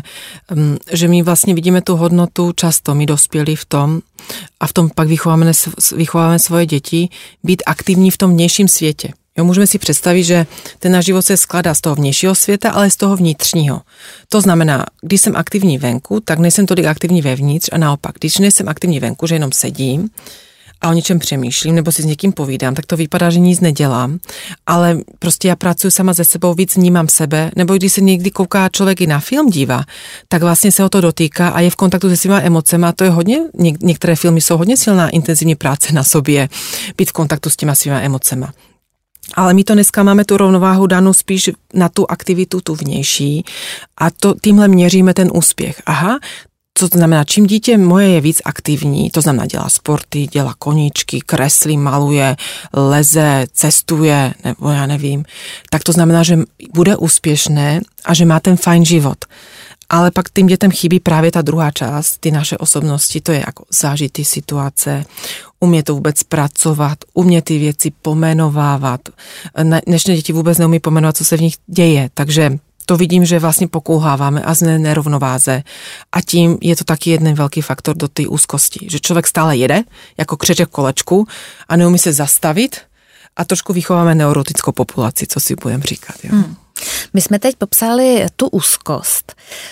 Speaker 3: že my vlastně vidíme tu hodnotu často, my dospělí v tom a v tom pak vychováme, vychováme svoje děti, být aktivní v tom vnějším světě. Jo, můžeme si představit, že ten náš život se skládá z toho vnějšího světa, ale z toho vnitřního. To znamená, když jsem aktivní venku, tak nejsem tolik aktivní vevnitř a naopak, když nejsem aktivní venku, že jenom sedím a o něčem přemýšlím nebo si s někým povídám, tak to vypadá, že nic nedělám, ale prostě já pracuji sama se sebou, víc vnímám sebe, nebo když se někdy kouká člověk i na film dívá, tak vlastně se ho to dotýká a je v kontaktu se svýma emocema. To je hodně, něk- některé filmy jsou hodně silná intenzivní práce na sobě, být v kontaktu s těma svýma emocema. Ale my to dneska máme tu rovnováhu danou spíš na tu aktivitu, tu vnější a to tímhle měříme ten úspěch. Aha, co to znamená, čím dítě moje je víc aktivní, to znamená dělá sporty, dělá koníčky, kreslí, maluje, leze, cestuje, nebo já nevím, tak to znamená, že bude úspěšné a že má ten fajn život. Ale pak tým dětem chybí právě ta druhá část, ty naše osobnosti, to je jako zážitý situace, umět to vůbec pracovat, umět ty věci pomenovávat. Dnešní děti vůbec neumí pomenovat, co se v nich děje, takže to vidím, že vlastně pokulháváme a jsme nerovnováze a tím je to taky jeden velký faktor do té úzkosti, že člověk stále jede jako křeček v kolečku a neumí se zastavit a trošku vychováme neurotickou populaci, co si budeme říkat. Jo. Hmm.
Speaker 2: My jsme teď popsali tu úzkost.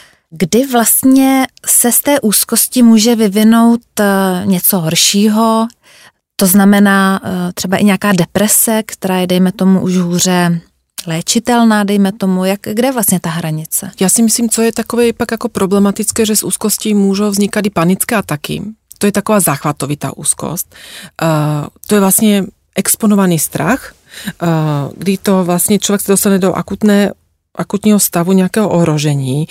Speaker 2: Kdy vlastně se z té úzkosti může vyvinout něco horšího, to znamená třeba i nějaká deprese, která je, dejme tomu, už hůře léčitelná, dejme tomu, jak, kde je vlastně ta hranice?
Speaker 3: Já si myslím, co je takové pak jako problematické, že z úzkostí můžou vznikat i panické ataky. To je taková záchvatovitá úzkost. Uh, to je vlastně exponovaný strach, uh, kdy to vlastně člověk se dostane do akutné, akutního stavu nějakého ohrožení,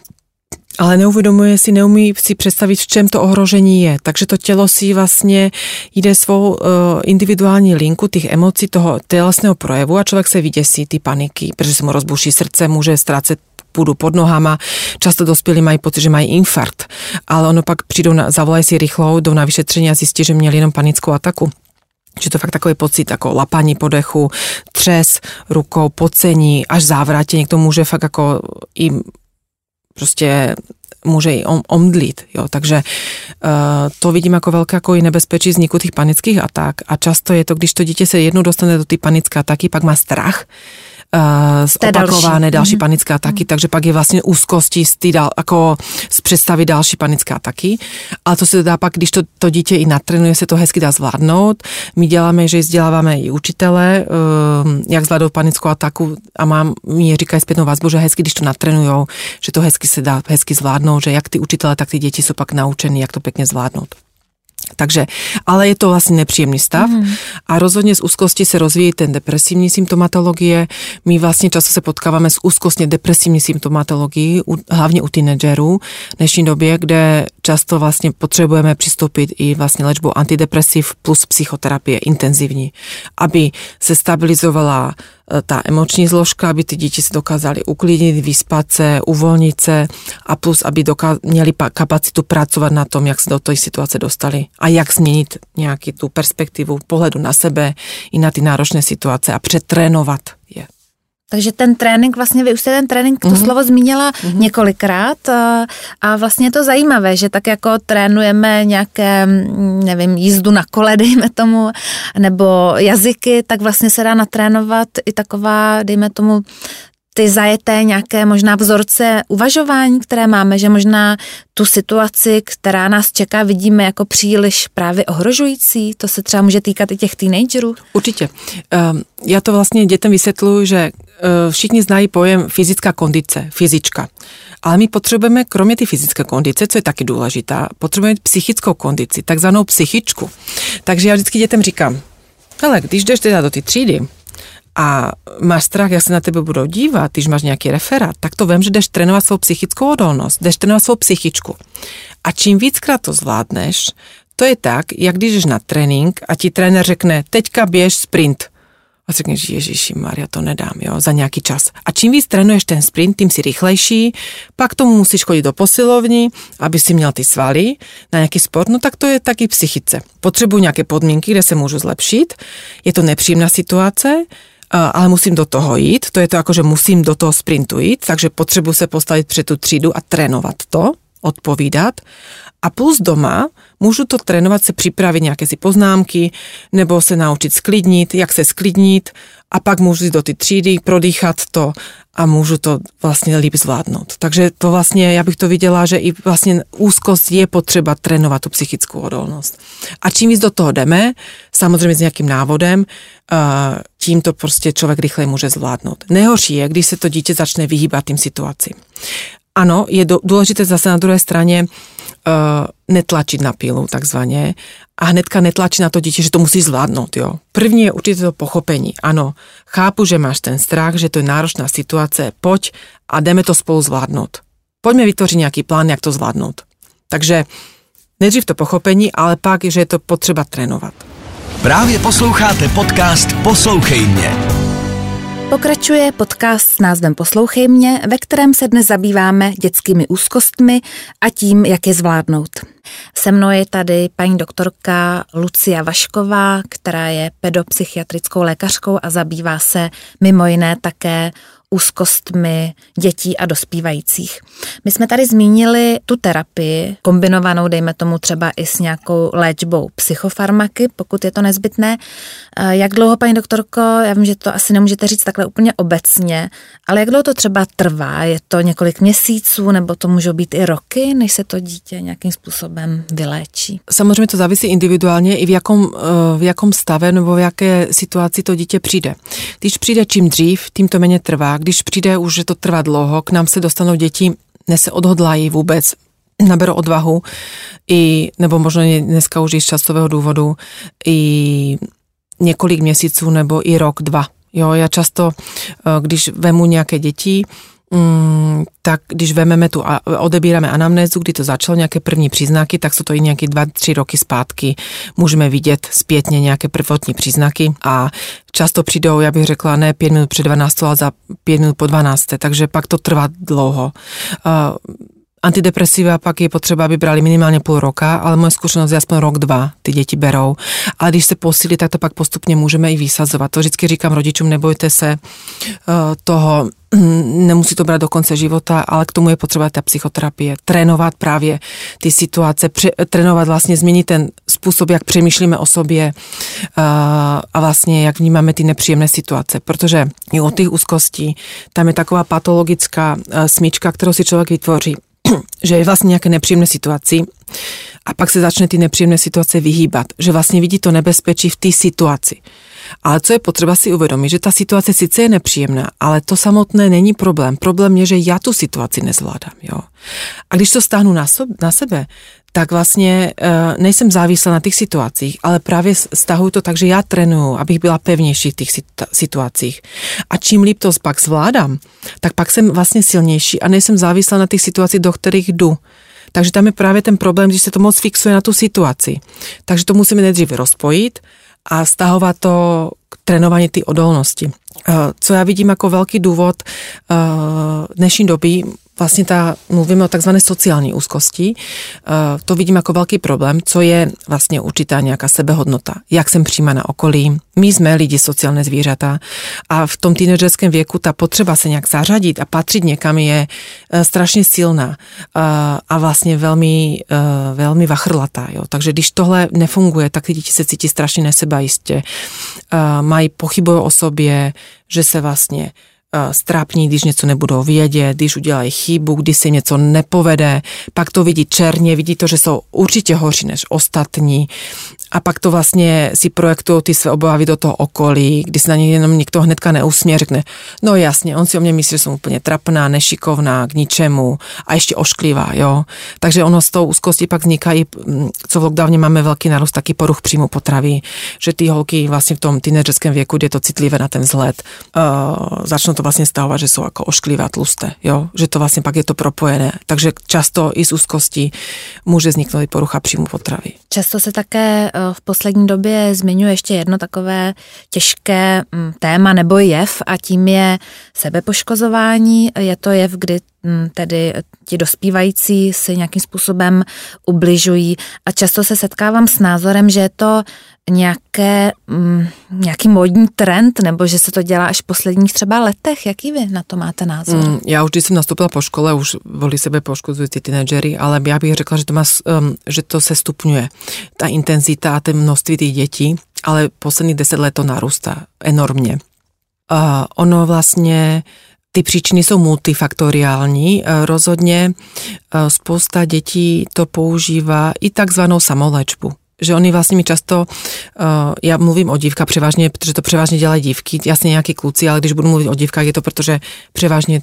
Speaker 3: ale neuvědomuje si, neumí si představit, v čem to ohrožení je. Takže to tělo si vlastně jde svou uh, individuální linku těch emocí, toho tělesného projevu a člověk se vyděsí ty paniky, protože se mu rozbuší srdce, může ztrácet půdu pod nohama. Často dospělí mají pocit, že mají infarkt, ale ono pak přijdou, na, zavolají si rychlou, jdou na vyšetření a zjistí, že měli jenom panickou ataku. Že to fakt takový pocit jako lapání po dechu, třes rukou, pocení, až závratě. Někdo může fakt jako i prostě může i omdlít. Jo. Takže uh, to vidím jako velké jako i nebezpečí vzniku těch panických atak a často je to, když to dítě se jednou dostane do té panické ataky, pak má strach, Uh, opakované další, další panické ataky, mm. takže pak je vlastně úzkostí z, dal, jako z představy další panické ataky. Ale to se dá pak, když to, to dítě i natrénuje, se to hezky dá zvládnout. My děláme, že vzděláváme i učitele, uh, jak zvládnout panickou ataku a mám, mi říkají zpětnou vazbu, že hezky, když to natrénujou, že to hezky se dá hezky zvládnout, že jak ty učitele, tak ty děti jsou pak naučení, jak to pěkně zvládnout. Takže, ale je to vlastně nepříjemný stav mm. a rozhodně z úzkosti se rozvíjí ten depresivní symptomatologie. My vlastně často se potkáváme s úzkostně depresivní symptomatologií, hlavně u teenagerů v dnešní době, kde často vlastně potřebujeme přistoupit i vlastně léčbou antidepresiv plus psychoterapie intenzivní, aby se stabilizovala tá emoční zložka, aby ty děti se dokázali uklidnit, vyspat se, uvolnit se a plus, aby doká- měli pa- kapacitu pracovat na tom, jak se do té situace dostali a jak změnit nějaký tu perspektivu pohledu na sebe i na ty náročné situace a přetrénovat je.
Speaker 2: Takže ten trénink, vlastně vy už jste ten trénink, to mm-hmm. slovo zmínila mm-hmm. několikrát a, a vlastně je to zajímavé, že tak jako trénujeme nějaké, nevím, jízdu na kole, dejme tomu, nebo jazyky, tak vlastně se dá natrénovat i taková, dejme tomu, ty zajeté nějaké možná vzorce uvažování, které máme, že možná tu situaci, která nás čeká, vidíme jako příliš právě ohrožující. To se třeba může týkat i těch teenagerů.
Speaker 3: Určitě. Já to vlastně dětem vysvětluji, že všichni znají pojem fyzická kondice, fyzička. Ale my potřebujeme, kromě ty fyzické kondice, co je taky důležitá, potřebujeme psychickou kondici, takzvanou psychičku. Takže já vždycky dětem říkám, hele, když jdeš teda do ty třídy, a máš strach, jak se na tebe budou dívat, když máš nějaký referát, tak to vím, že jdeš trénovat svou psychickou odolnost, jdeš trénovat svou psychičku. A čím víckrát to zvládneš, to je tak, jak když jdeš na trénink a ti trenér řekne, teďka běž sprint. A řekneš, ježišimarja, to nedám, jo, za nějaký čas. A čím víc trénuješ ten sprint, tím si rychlejší, pak tomu musíš chodit do posilovny, aby si měl ty svaly na nějaký sport, no tak to je taky psychice. Potřebuji nějaké podmínky, kde se můžu zlepšit, je to nepříjemná situace, ale musím do toho jít, to je to jako, že musím do toho sprintu jít, takže potřebuji se postavit před tu třídu a trénovat to, odpovídat. A plus doma můžu to trénovat, se připravit nějaké si poznámky, nebo se naučit sklidnit, jak se sklidnit a pak můžu jít do ty třídy, prodýchat to a můžu to vlastně líp zvládnout. Takže to vlastně, já bych to viděla, že i vlastně úzkost je potřeba trénovat tu psychickou odolnost. A čím víc do toho jdeme, samozřejmě s nějakým návodem, tím to prostě člověk rychle může zvládnout. Nejhorší je, když se to dítě začne vyhýbat tým situacím. Ano, je důležité zase na druhé straně uh, netlačit na pilu, takzvaně, a hnedka netlačit na to dítě, že to musí zvládnout, jo. První je určitě to pochopení. Ano, chápu, že máš ten strach, že to je náročná situace, pojď a jdeme to spolu zvládnout. Pojďme vytvořit nějaký plán, jak to zvládnout. Takže nejdřív to pochopení, ale pak, že je to potřeba trénovat.
Speaker 1: Právě posloucháte podcast Poslouchej mě.
Speaker 2: Pokračuje podcast s názvem Poslouchej mě, ve kterém se dnes zabýváme dětskými úzkostmi a tím, jak je zvládnout. Se mnou je tady paní doktorka Lucia Vašková, která je pedopsychiatrickou lékařkou a zabývá se mimo jiné také úzkostmi dětí a dospívajících. My jsme tady zmínili tu terapii, kombinovanou, dejme tomu třeba i s nějakou léčbou psychofarmaky, pokud je to nezbytné. Jak dlouho, paní doktorko, já vím, že to asi nemůžete říct takhle úplně obecně, ale jak dlouho to třeba trvá? Je to několik měsíců, nebo to můžou být i roky, než se to dítě nějakým způsobem vyléčí?
Speaker 3: Samozřejmě to závisí individuálně i v jakom, v jakom stave nebo v jaké situaci to dítě přijde. Když přijde čím dřív, tím to méně trvá. Když přijde už, že to trvá dlouho, k nám se dostanou děti, ne se odhodlají vůbec, naberou odvahu, i, nebo možná dneska už i z časového důvodu, i několik měsíců nebo i rok, dva. Jo, já často, když vemu nějaké děti, Mm, tak když vememe tu a odebíráme anamnézu, kdy to začalo nějaké první příznaky, tak jsou to i nějaké dva, tři roky zpátky. Můžeme vidět zpětně nějaké prvotní příznaky a často přijdou, já bych řekla, ne pět minut před dvanáctou, ale za pět minut po dvanácté, takže pak to trvá dlouho. Uh, Antidepresiva pak je potřeba, aby brali minimálně půl roka, ale moje zkušenost je aspoň rok, dva, ty děti berou. Ale když se posílí, tak to pak postupně můžeme i vysazovat. To vždycky říkám rodičům, nebojte se uh, toho, nemusí to brát do konce života, ale k tomu je potřeba ta psychoterapie. Trénovat právě ty situace, pře- trénovat vlastně, změnit ten způsob, jak přemýšlíme o sobě uh, a vlastně jak vnímáme ty nepříjemné situace. Protože i od těch úzkostí tam je taková patologická uh, smyčka, kterou si člověk vytvoří, že je vlastně nějaké nepříjemné situaci a pak se začne ty nepříjemné situace vyhýbat, že vlastně vidí to nebezpečí v té situaci. Ale co je potřeba si uvědomit, že ta situace sice je nepříjemná, ale to samotné není problém. Problém je, že já tu situaci nezvládám. Jo? A když to stáhnu na, so, na sebe, tak vlastně e, nejsem závislá na těch situacích, ale právě stahuju to tak, že já trénuju, abych byla pevnější v těch situacích. A čím líp to pak zvládám, tak pak jsem vlastně silnější a nejsem závislá na těch situacích, do kterých jdu. Takže tam je právě ten problém, že se to moc fixuje na tu situaci. Takže to musíme nejdřív rozpojit a stahovat to k trénování ty odolnosti. Co já vidím jako velký důvod dnešní doby, vlastně ta, mluvíme o takzvané sociální úzkosti, to vidím jako velký problém, co je vlastně určitá nějaká sebehodnota, jak jsem přijímána okolí. My jsme lidi sociální zvířata a v tom teenagerském věku ta potřeba se nějak zařadit a patřit někam je strašně silná a vlastně velmi, velmi vachrlatá. Jo. Takže když tohle nefunguje, tak ty děti se cítí strašně nesebajistě, mají pochybují o sobě, že se vlastně strápní, když něco nebudou vědět, když udělají chybu, když se něco nepovede, pak to vidí černě, vidí to, že jsou určitě horší než ostatní a pak to vlastně si projektují ty své obavy do toho okolí, když se na ně jenom někdo hnedka neusměje, řekne, no jasně, on si o mě myslí, že jsem úplně trapná, nešikovná, k ničemu a ještě ošklivá, jo. Takže ono z toho úzkosti pak vznikají, co v lockdowně máme velký nárůst taky poruch příjmu potravy, že ty holky vlastně v tom teenagerském věku, kde je to citlivé na ten vzhled, uh, začnou to vlastně stahovat, že jsou jako ošklivé a tlusté, jo, že to vlastně pak je to propojené. Takže často i z úzkosti může vzniknout i porucha příjmu potravy.
Speaker 2: Často se také v poslední době zmiňuje ještě jedno takové těžké téma nebo jev a tím je sebepoškozování. Je to jev, kdy tedy ti dospívající si nějakým způsobem ubližují a často se setkávám s názorem, že je to nějaké, mm, nějaký módní trend, nebo že se to dělá až v posledních třeba letech. Jaký vy na to máte názor?
Speaker 3: Mm, já už, když jsem nastoupila po škole, už boli sebe poškozující teenagery, ale já bych řekla, že to, má, um, že to se stupňuje. Ta intenzita a to množství těch dětí, ale posledních deset let to narůstá enormně. Uh, ono vlastně ty příčiny jsou multifaktoriální. Rozhodně spousta dětí to používá i takzvanou samoléčbu. Že oni vlastně mi často, já mluvím o dívkách převážně, protože to převážně dělají dívky, jasně nějaký kluci, ale když budu mluvit o dívkách, je to protože převážně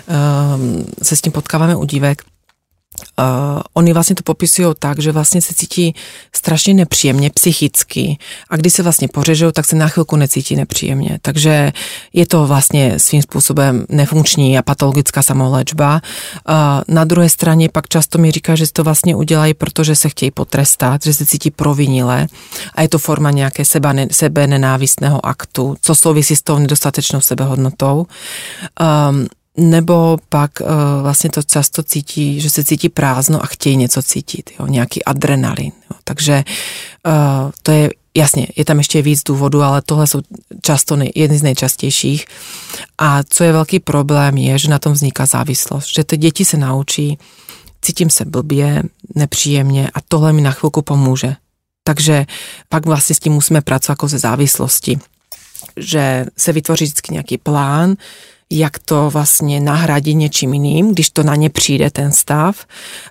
Speaker 3: se s tím potkáváme u dívek. Uh, oni vlastně to popisují tak, že vlastně se cítí strašně nepříjemně psychicky a když se vlastně pořežou, tak se na chvilku necítí nepříjemně. Takže je to vlastně svým způsobem nefunkční a patologická samoléčba. Uh, na druhé straně pak často mi říká, že si to vlastně udělají, protože se chtějí potrestat, že se cítí provinile a je to forma nějaké seba, ne, sebe nenávistného aktu, co souvisí s tou nedostatečnou sebehodnotou. Um, Nebo pak uh, vlastně to často cítí, že se cítí prázdno a chtějí něco cítit, jo, nějaký adrenalin. Jo. Takže uh, to je, jasně, je tam ještě víc důvodů, ale tohle jsou často nej, jedny z nejčastějších. A co je velký problém je, že na tom vzniká závislost, že ty děti se naučí, cítím se blbě, nepříjemně a tohle mi na chvilku pomůže. Takže pak vlastně s tím musíme pracovat jako ze závislosti, že se vytvoří vždycky nějaký plán, jak to vlastně nahradit něčím jiným, když to na ně přijde ten stav.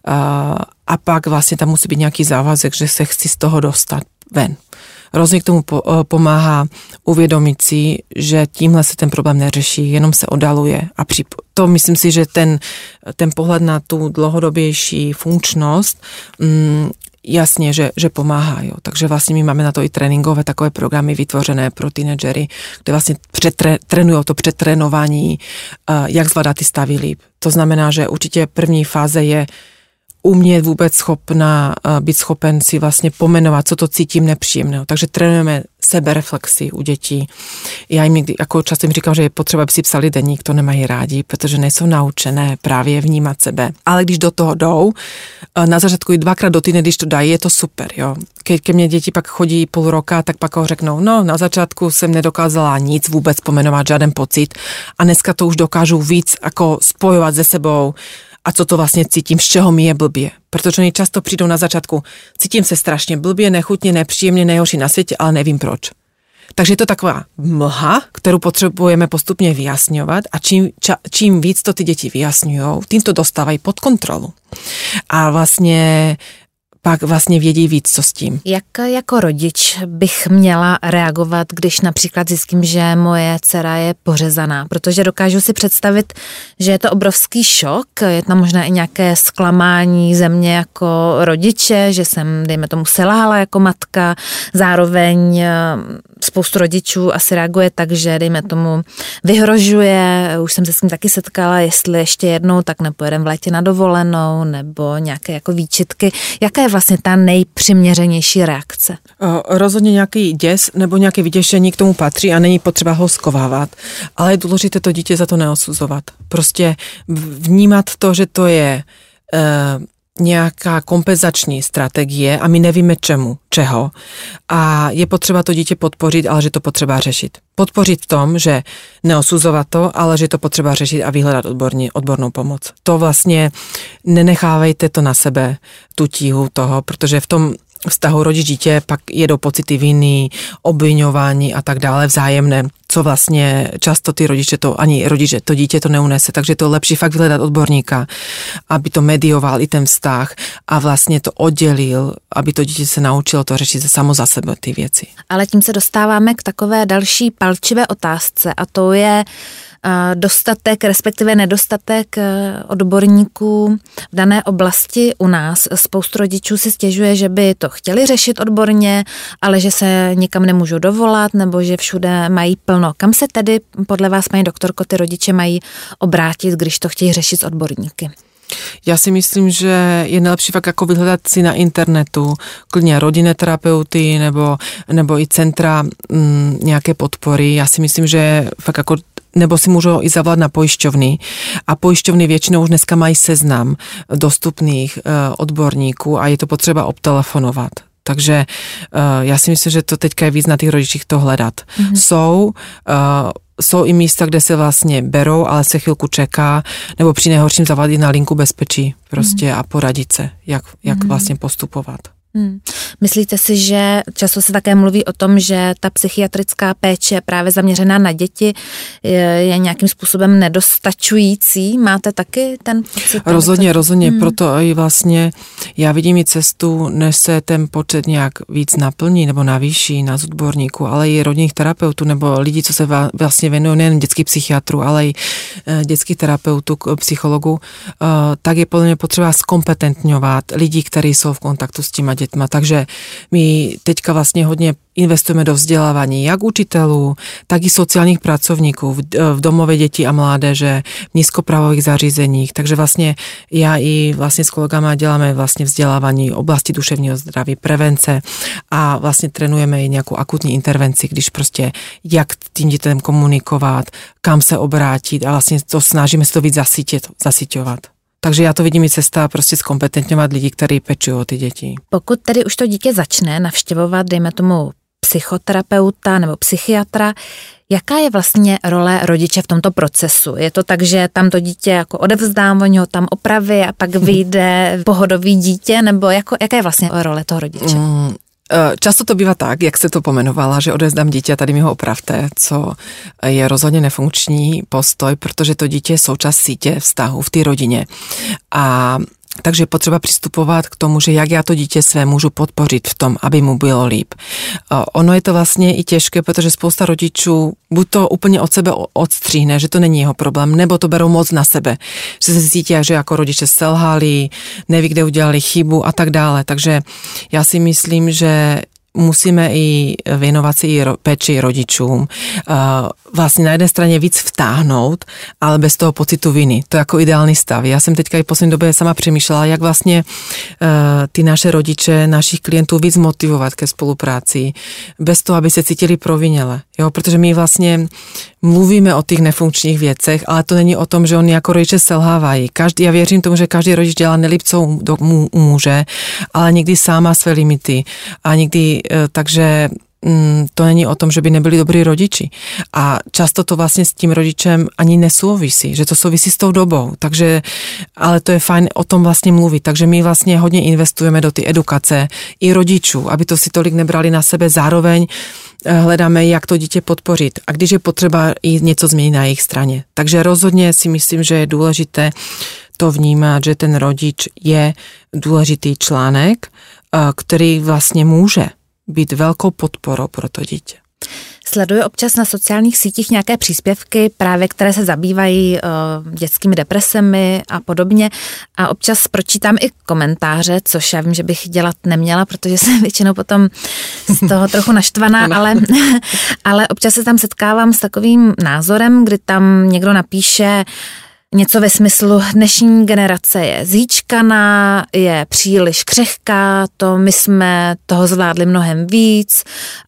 Speaker 3: A pak vlastně tam musí být nějaký závazek, že se chci z toho dostat ven. Rozhodně k tomu pomáhá uvědomit si, že tímhle se ten problém neřeší, jenom se odaluje. A při, to myslím si, že ten, ten pohled na tu dlouhodobější funkčnost mm, jasně, že, že pomáhá. Jo. Takže vlastně my máme na to i tréninkové takové programy vytvořené pro teenagery, kde vlastně trénují to přetrénování, jak zvládat ty stavy líp. To znamená, že určitě první fáze je umět vůbec schopná, být schopen si vlastně pomenovat, co to cítím nepříjemného. Takže trénujeme sebereflexi u dětí. Já jim někdy, jako často jim říkám, že je potřeba, aby si psali deník, to nemají rádi, protože nejsou naučené právě vnímat sebe. Ale když do toho jdou, na začátku i dvakrát do týdne, když to dají, je to super, jo. Ke, ke mně děti pak chodí půl roka, tak pak ho řeknou, no na začátku jsem nedokázala nic vůbec pomenovat, žádný pocit a dneska to už dokážu víc jako spojovat se sebou, a co to vlastně cítím, z čeho mi je blbě. Protože oni často přijdou na začátku, cítím se strašně blbě, nechutně, nepříjemně, nejhorší na světě, ale nevím proč. Takže je to taková mlha, kterou potřebujeme postupně vyjasňovat a čím, ča, čím víc to ty děti vyjasňují, tím to dostávají pod kontrolu. A vlastně pak vlastně vědí víc, co s tím.
Speaker 2: Jak jako rodič bych měla reagovat, když například zjistím, že moje dcera je pořezaná? Protože dokážu si představit, že je to obrovský šok, je tam možná i nějaké zklamání ze mě jako rodiče, že jsem, dejme tomu, selhala jako matka, zároveň spoustu rodičů asi reaguje tak, že dejme tomu vyhrožuje, už jsem se s tím taky setkala, jestli ještě jednou, tak nepojedem v létě na dovolenou, nebo nějaké jako výčitky. Jaká je vlastně ta nejpřiměřenější reakce?
Speaker 3: Rozhodně nějaký děs nebo nějaké vyděšení k tomu patří a není potřeba ho skovávat, ale je důležité to dítě za to neosuzovat. Prostě vnímat to, že to je uh, nějaká kompenzační strategie a my nevíme čemu, čeho. A je potřeba to dítě podpořit, ale že to potřeba řešit. Podpořit v tom, že neosuzovat to, ale že to potřeba řešit a vyhledat odborní, odbornou pomoc. To vlastně nenechávejte to na sebe, tu tíhu toho, protože v tom vztahu rodič-dítě pak jedou pocity viny, obviňování a tak dále vzájemné, co vlastně často ty rodiče to, ani rodiče, to dítě to neunese, takže to je lepší fakt vyhledat odborníka, aby to medioval i ten vztah a vlastně to oddělil, aby to dítě se naučilo to řešit samo za sebe ty věci.
Speaker 2: Ale tím se dostáváme k takové další palčivé otázce a to je dostatek, respektive nedostatek odborníků v dané oblasti u nás. Spoustu rodičů si stěžuje, že by to chtěli řešit odborně, ale že se nikam nemůžou dovolat, nebo že všude mají plno. Kam se tedy podle vás, paní doktorko, ty rodiče mají obrátit, když to chtějí řešit s odborníky?
Speaker 3: Já si myslím, že je nejlepší fakt jako vyhledat si na internetu klidně rodinné terapeuty nebo, nebo i centra m, nějaké podpory. Já si myslím, že fakt jako nebo si můžou i zavolat na pojišťovny a pojišťovny většinou už dneska mají seznam dostupných uh, odborníků a je to potřeba obtelefonovat. Takže uh, já si myslím, že to teďka je víc na těch rodičích to hledat. Mm-hmm. Jsou uh, Jsou i místa, kde se vlastně berou, ale se chvilku čeká, nebo při nejhorším zavolat na linku bezpečí prostě mm. a poradit se, jak, jak mm. vlastně postupovat.
Speaker 2: Hmm. Myslíte si, že často se také mluví o tom, že ta psychiatrická péče právě zaměřená na děti je, je nějakým způsobem nedostačující? Máte taky ten pocit?
Speaker 3: Rozhodně, to... rozhodně, hmm. proto i vlastně já vidím i cestu, než se ten počet nějak víc naplní nebo navýší na odborníků, ale i rodinných terapeutů nebo lidí, co se vlastně věnují nejen dětských psychiatrů, ale i dětských terapeutů, psychologů, tak je podle mě potřeba zkompetentňovat lidí, kteří jsou v kontaktu s těma dětma. Takže my teďka vlastně hodně investujeme do vzdělávání jak učitelů, tak i sociálních pracovníků v, v domově dětí a mládeže, v nízkoprávových zařízeních. Takže vlastně já i vlastně s kolegama děláme vlastně vzdělávání oblasti duševního zdraví, prevence a vlastně trénujeme i nějakou akutní intervenci, když prostě jak tím dětem komunikovat, kam se obrátit a vlastně to snažíme se to víc zasytět, zasyťovat. Takže já to vidím i cesta prostě zkompetentňovat lidi, kteří pečují o ty děti.
Speaker 2: Pokud tedy už to dítě začne navštěvovat, dejme tomu psychoterapeuta nebo psychiatra, jaká je vlastně role rodiče v tomto procesu? Je to tak, že tam to dítě jako odevzdám, oni ho tam opraví a pak vyjde pohodový dítě, nebo jako, jaká je vlastně role toho rodiče? Mm.
Speaker 3: Často to bývá tak, jak se to pomenovala, že odevzdám dítě a tady mi ho opravte, co je rozhodně nefunkční postoj, protože to dítě je součást sítě vztahu v té rodině. A takže potřeba přistupovat k tomu, že jak já to dítě své můžu podpořit v tom, aby mu bylo líp. Ono je to vlastně i těžké, protože spousta rodičů buď to úplně od sebe odstříhne, že to není jeho problém, nebo to berou moc na sebe. Že se cítí, že jako rodiče selhali, neví, kde udělali chybu a tak dále. Takže já si myslím, že musíme i věnovat si i péči rodičům. Vlastně na jedné straně víc vtáhnout, ale bez toho pocitu viny. To je jako ideální stav. Já jsem teďka i v poslední době sama přemýšlela, jak vlastně ty naše rodiče, našich klientů víc motivovat ke spolupráci, bez toho, aby se cítili proviněle. Jo, protože my vlastně mluvíme o těch nefunkčních věcech, ale to není o tom, že oni jako rodiče selhávají. Každý, já věřím tomu, že každý rodič dělá nejlíp, co mu může, ale někdy sám má své limity a někdy, takže to není o tom, že by nebyli dobrý rodiči. A často to vlastně s tím rodičem ani nesouvisí, že to souvisí s tou dobou. Takže, ale to je fajn o tom vlastně mluvit. Takže my vlastně hodně investujeme do ty edukace i rodičů, aby to si tolik nebrali na sebe. Zároveň hledáme, jak to dítě podpořit. A když je potřeba i něco změnit na jejich straně. Takže rozhodně si myslím, že je důležité to vnímat, že ten rodič je důležitý článek, který vlastně může být velkou podporou pro to dítě.
Speaker 2: sleduju občas na sociálních sítích nějaké příspěvky, právě které se zabývají uh, dětskými depresemi a podobně. A občas pročítám i komentáře, což já vím, že bych dělat neměla, protože jsem většinou potom z toho trochu naštvaná, ale, ale občas se tam setkávám s takovým názorem, kdy tam někdo napíše něco ve smyslu, dnešní generace je zhýčkaná, je příliš křehká, to my jsme toho zvládli mnohem víc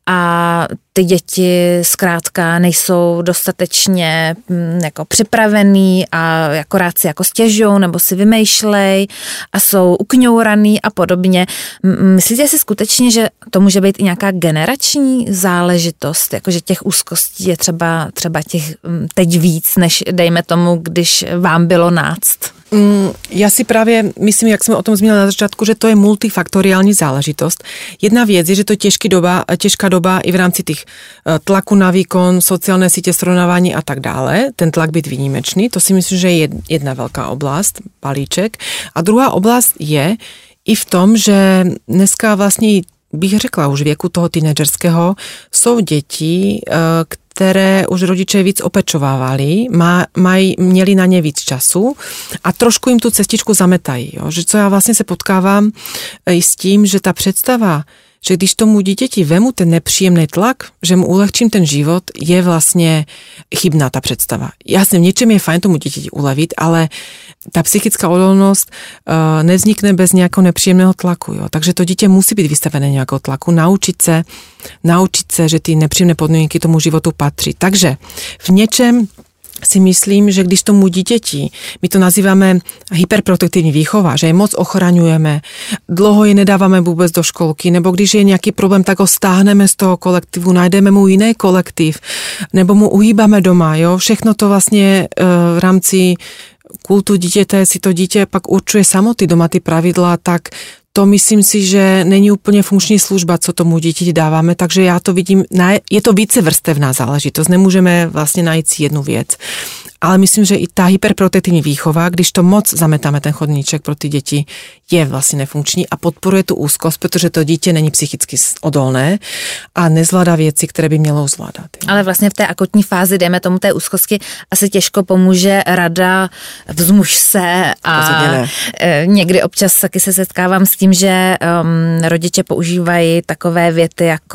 Speaker 2: a ty děti zkrátka nejsou dostatečně jako připravený a akorát si jako stěžujou nebo si vymýšlej a jsou ukňouraný a podobně. Myslíte si skutečně, že to může být i nějaká generační záležitost, jakože těch úzkostí je třeba, třeba těch teď víc, než dejme tomu, když vám bylo náct?
Speaker 3: Mm, ja si práve myslím, jak sme o tom zmínili na začiatku, že to je multifaktoriálna záležitosť. Jedna vec je, že to je ťažká doba, ťažká doba i v rámci tých tlaku na výkon, sociálne siete, srovnávanie a tak dále. Ten tlak byť výnimečný, to si myslím, že je jedna veľká oblasť, balíček. A druhá oblasť je i v tom, že dneska vlastne bych řekla už věku toho tínedžerského, jsou děti, které už rodiče víc opečovávali, má, maj, měli na ně víc času a trošku jim tu cestičku zametají. Jo? Že co já vlastně se potkávám i s tím, že ta představa, že když tomu dítěti vemu ten nepříjemný tlak, že mu ulehčím ten život, je vlastně chybná ta představa. Jasně, v něčem je fajn tomu dítěti ulevit, ale ta psychická odolnost uh, nevznikne bez nějakého nepříjemného tlaku. Jo? Takže to dítě musí být vystavené nějakého tlaku, naučit se, naučit se, že ty nepříjemné podmínky tomu životu patří. Takže v něčem si myslím, že když tomu dítěti, my to nazýváme hyperprotektivní výchova, že je moc ochraňujeme, dlouho je nedáváme vůbec do školky, nebo když je nějaký problém, tak ho stáhneme z toho kolektivu, najdeme mu jiný kolektiv, nebo mu uhýbáme doma, jo, všechno to vlastně e, v rámci kultu dítěte si to dítě pak určuje samoty doma ty pravidla, tak to myslím si, že není úplně funkční služba, co tomu dítěti dáváme, takže já to vidím, je to vícevrstevná záležitost, nemůžeme vlastně najít si jednu věc. Ale myslím, že i ta hyperprotektivní výchova, když to moc zametáme ten chodníček pro ty děti, je vlastně nefunkční a podporuje tu úzkost, protože to dítě není psychicky odolné a nezvládá věci, které by mělo zvládat.
Speaker 2: Ale vlastně v té akutní fázi, dejme tomu té úzkosti, asi těžko pomůže rada vzmuž se a někdy občas taky se setkávám s tím, že um, rodiče používají takové věty jako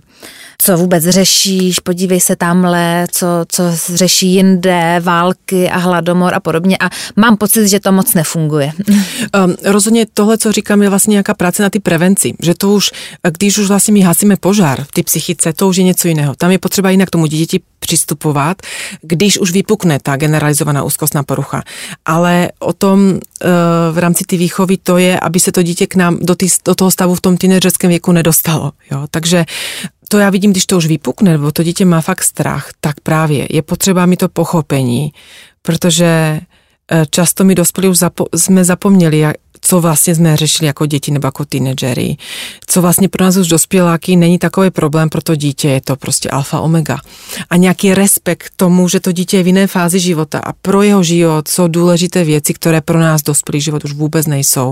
Speaker 2: co vůbec řešíš, podívej se tamhle, co, co řeší jinde, války a hladomor a podobně a mám pocit, že to moc nefunguje.
Speaker 3: Um, rozhodně tohle, co říkám, je vlastně nějaká práce na ty prevenci, že to už, když už vlastně my hasíme požár v té psychice, to už je něco jiného. Tam je potřeba jinak tomu dítěti přistupovat, když už vypukne ta generalizovaná úzkostná porucha. Ale o tom uh, v rámci té výchovy to je, aby se to dítě k nám do, tý, do toho stavu v tom teenagerském věku nedostalo. Jo? Takže to já vidím, když to už vypukne, nebo to dítě má fakt strach, tak právě je potřeba mi to pochopení, protože často my dospělí už zapo- jsme zapomněli, jak, co vlastně jsme řešili jako děti nebo jako teenagery. Co vlastně pro nás už dospěláky není takový problém, pro to dítě je to prostě alfa omega. A nějaký respekt tomu, že to dítě je v jiné fázi života a pro jeho život jsou důležité věci, které pro nás dospělý život už vůbec nejsou. Uh,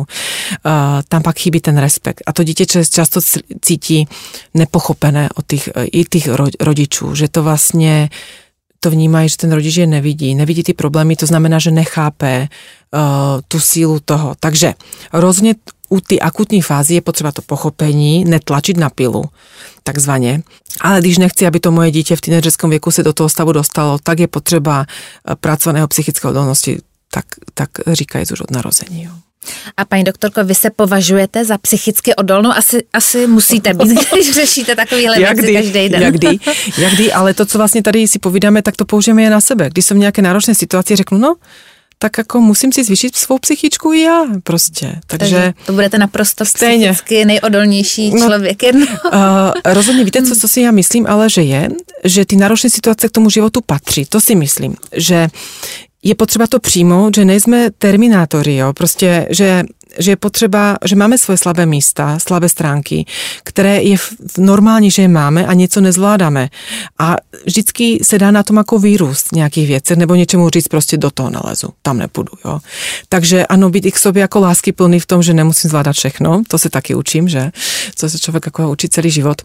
Speaker 3: tam pak chybí ten respekt. A to dítě často cítí nepochopené od těch, i těch rodičů, že to vlastně to vnímají, že ten rodič je nevidí, nevidí ty problémy, to znamená, že nechápe uh, tu sílu toho. Takže rozhodně u té akutní fázy je potřeba to pochopení, netlačit na pilu, takzvaně. Ale když nechci, aby to moje dítě v teenagerskom věku se do toho stavu dostalo, tak je potřeba pracovaného psychické odolnosti, tak, tak říkajíc už od narození. Jo.
Speaker 2: A paní doktorko, vy se považujete za psychicky odolnou? Asi, asi musíte být, když řešíte takovýhle věci každý den.
Speaker 3: Jakdy, jakdy, ale to, co vlastně tady si povídáme, tak to použijeme je na sebe. Když jsem v nějaké náročné situaci, řeknu, no, tak jako musím si zvýšit svou psychičku i já prostě. Takže, Takže
Speaker 2: to budete naprosto stejně psychicky nejodolnější člověk. No,
Speaker 3: uh, rozhodně víte, co, co si já myslím, ale že je, že ty náročné situace k tomu životu patří. To si myslím, že je potřeba to přijmout, že nejsme terminátory, jo, prostě, že, že je potřeba, že máme svoje slabé místa, slabé stránky, které je normální, že je máme a něco nezvládáme. A vždycky se dá na tom jako vyrůst nějakých věcech, nebo něčemu říct prostě do toho nalezu, tam nepůjdu, jo. Takže ano, být i k sobě jako láskyplný v tom, že nemusím zvládat všechno, to se taky učím, že, co se člověk jako učí celý život.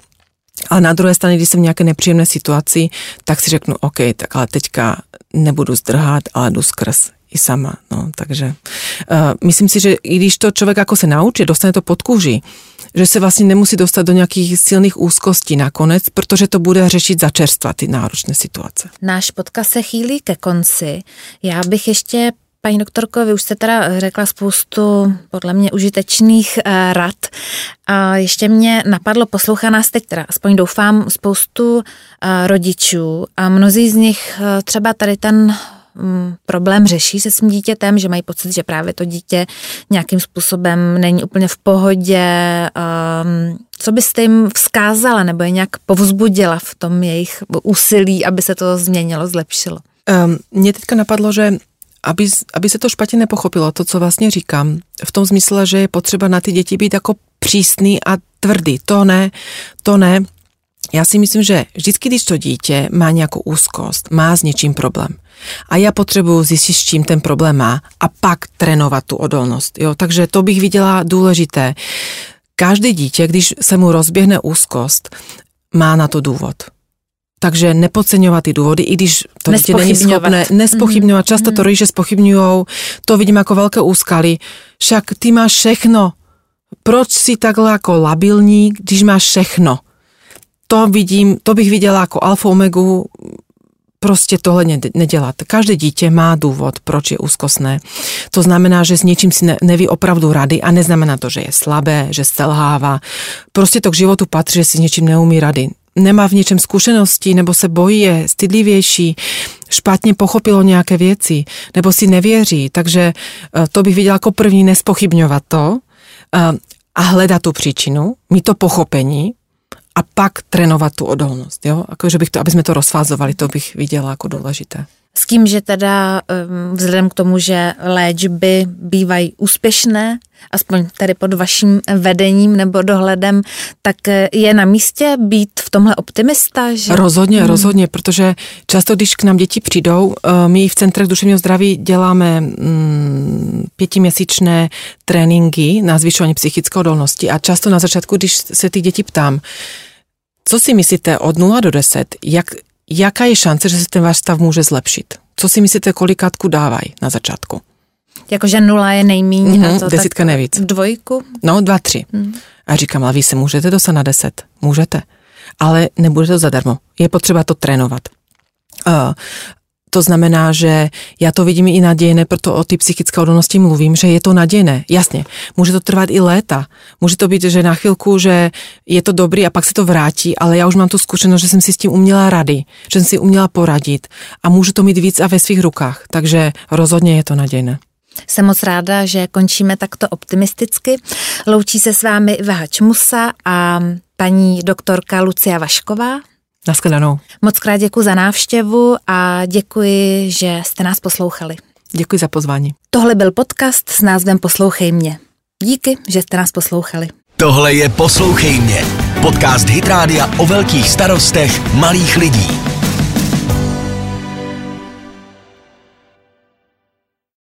Speaker 3: Ale na druhé straně, když jsem v nějaké nepříjemné situaci, tak si řeknu, OK, tak ale teďka nebudu zdrhat, ale jdu skrz i sama. No, takže uh, myslím si, že i když to člověk jako se naučí, dostane to pod kůži, že se vlastně nemusí dostat do nějakých silných úzkostí nakonec, protože to bude řešit za čerstva ty náročné situace.
Speaker 2: Náš podcast se chýlí ke konci. Já bych ještě, paní doktorko, vy už jste teda řekla spoustu podle mě užitečných uh, rad a ještě mě napadlo, poslouchá nás teď teda, aspoň doufám, spoustu uh, rodičů a mnozí z nich uh, třeba tady ten um, problém řeší se svým dítětem, že mají pocit, že právě to dítě nějakým způsobem není úplně v pohodě. Um, co byste jim vzkázala nebo je nějak povzbudila v tom jejich úsilí, aby se to změnilo, zlepšilo?
Speaker 3: Um, mně teďka napadlo, že Aby, aby se to špatně nepochopilo, to, co vlastně říkám, v tom smysle, že je potřeba na ty děti být jako přísný a tvrdý. To ne, to ne. Já si myslím, že vždycky, když to dítě má nějakou úzkost, má s něčím problém a já potřebuji zjistit, s čím ten problém má a pak trénovat tu odolnost. Jo? Takže to bych viděla důležité. Každé dítě, když se mu rozběhne úzkost, má na to důvod. Takže nepodceňovat ty důvody, i když to dítě není schopné nespochybňovat. Často to rodiče spochybňujou, to vidím jako velké úskaly. Však ty máš všechno. Proč si takhle jako labilní, když máš všechno? To vidím, to bych viděla jako alfa omegu, prostě tohle nedělat. Každé dítě má důvod, proč je úzkostné. To znamená, že s něčím si neví opravdu rady a neznamená to, že je slabé, že selhává. Prostě to k životu patří, že si s něčím neumí rady. Nemá v něčem zkušenosti, nebo se bojí, je stydlivější, špatně pochopilo nějaké věci, nebo si nevěří. Takže to bych viděla jako první, nespochybňovat to a hledat tu příčinu, mít to pochopení a pak trénovat tu odolnost. Jo? Jako, že bych to, aby jsme to rozfázovali, to bych viděla jako důležité.
Speaker 2: S tím, že teda vzhledem k tomu, že léčby bývají úspěšné, aspoň tady pod vaším vedením nebo dohledem, tak je na místě být v tomhle optimista? Že...
Speaker 3: Rozhodně, hmm. rozhodně, protože často, když k nám děti přijdou, my v Centrech duševního zdraví děláme mm, pětiměsíčné tréninky na zvyšování psychické odolnosti a často na začátku, když se ty děti ptám, co si myslíte od nula do deseti, jak jaká je šance, že se ten váš stav může zlepšit? Co si myslíte, kolikátku dávají na začátku?
Speaker 2: Jakože nula je nejmíň.
Speaker 3: Mm-hmm,
Speaker 2: a to
Speaker 3: desítka nejvíc.
Speaker 2: Dvojku?
Speaker 3: No, dva, tři. Mm. A říkám, ale vy se můžete dostat na deset. Můžete. Ale nebude to zadarmo. Je potřeba to trénovat. Uh, to znamená, že já to vidím i nadějné, proto o ty psychické odolnosti mluvím, že je to nadějné. Jasně, může to trvat i léta. Může to být, že na chvilku, že je to dobrý a pak se to vrátí, ale já už mám tu zkušenost, že jsem si s tím uměla rady, že jsem si uměla poradit a můžu to mít víc a ve svých rukách. Takže rozhodně je to nadějné.
Speaker 2: Jsem moc ráda, že končíme takto optimisticky. Loučí se s vámi Iva Hačmusa a paní doktorka Lucia Vašková.
Speaker 3: Nashledanou.
Speaker 2: Moc krát děkuji za návštěvu a děkuji, že jste nás poslouchali.
Speaker 3: Děkuji za pozvání.
Speaker 2: Tohle byl podcast s názvem Poslouchej mě. Díky, že jste nás poslouchali.
Speaker 1: Tohle je Poslouchej mě. Podcast Hit Rádia o velkých starostech malých lidí.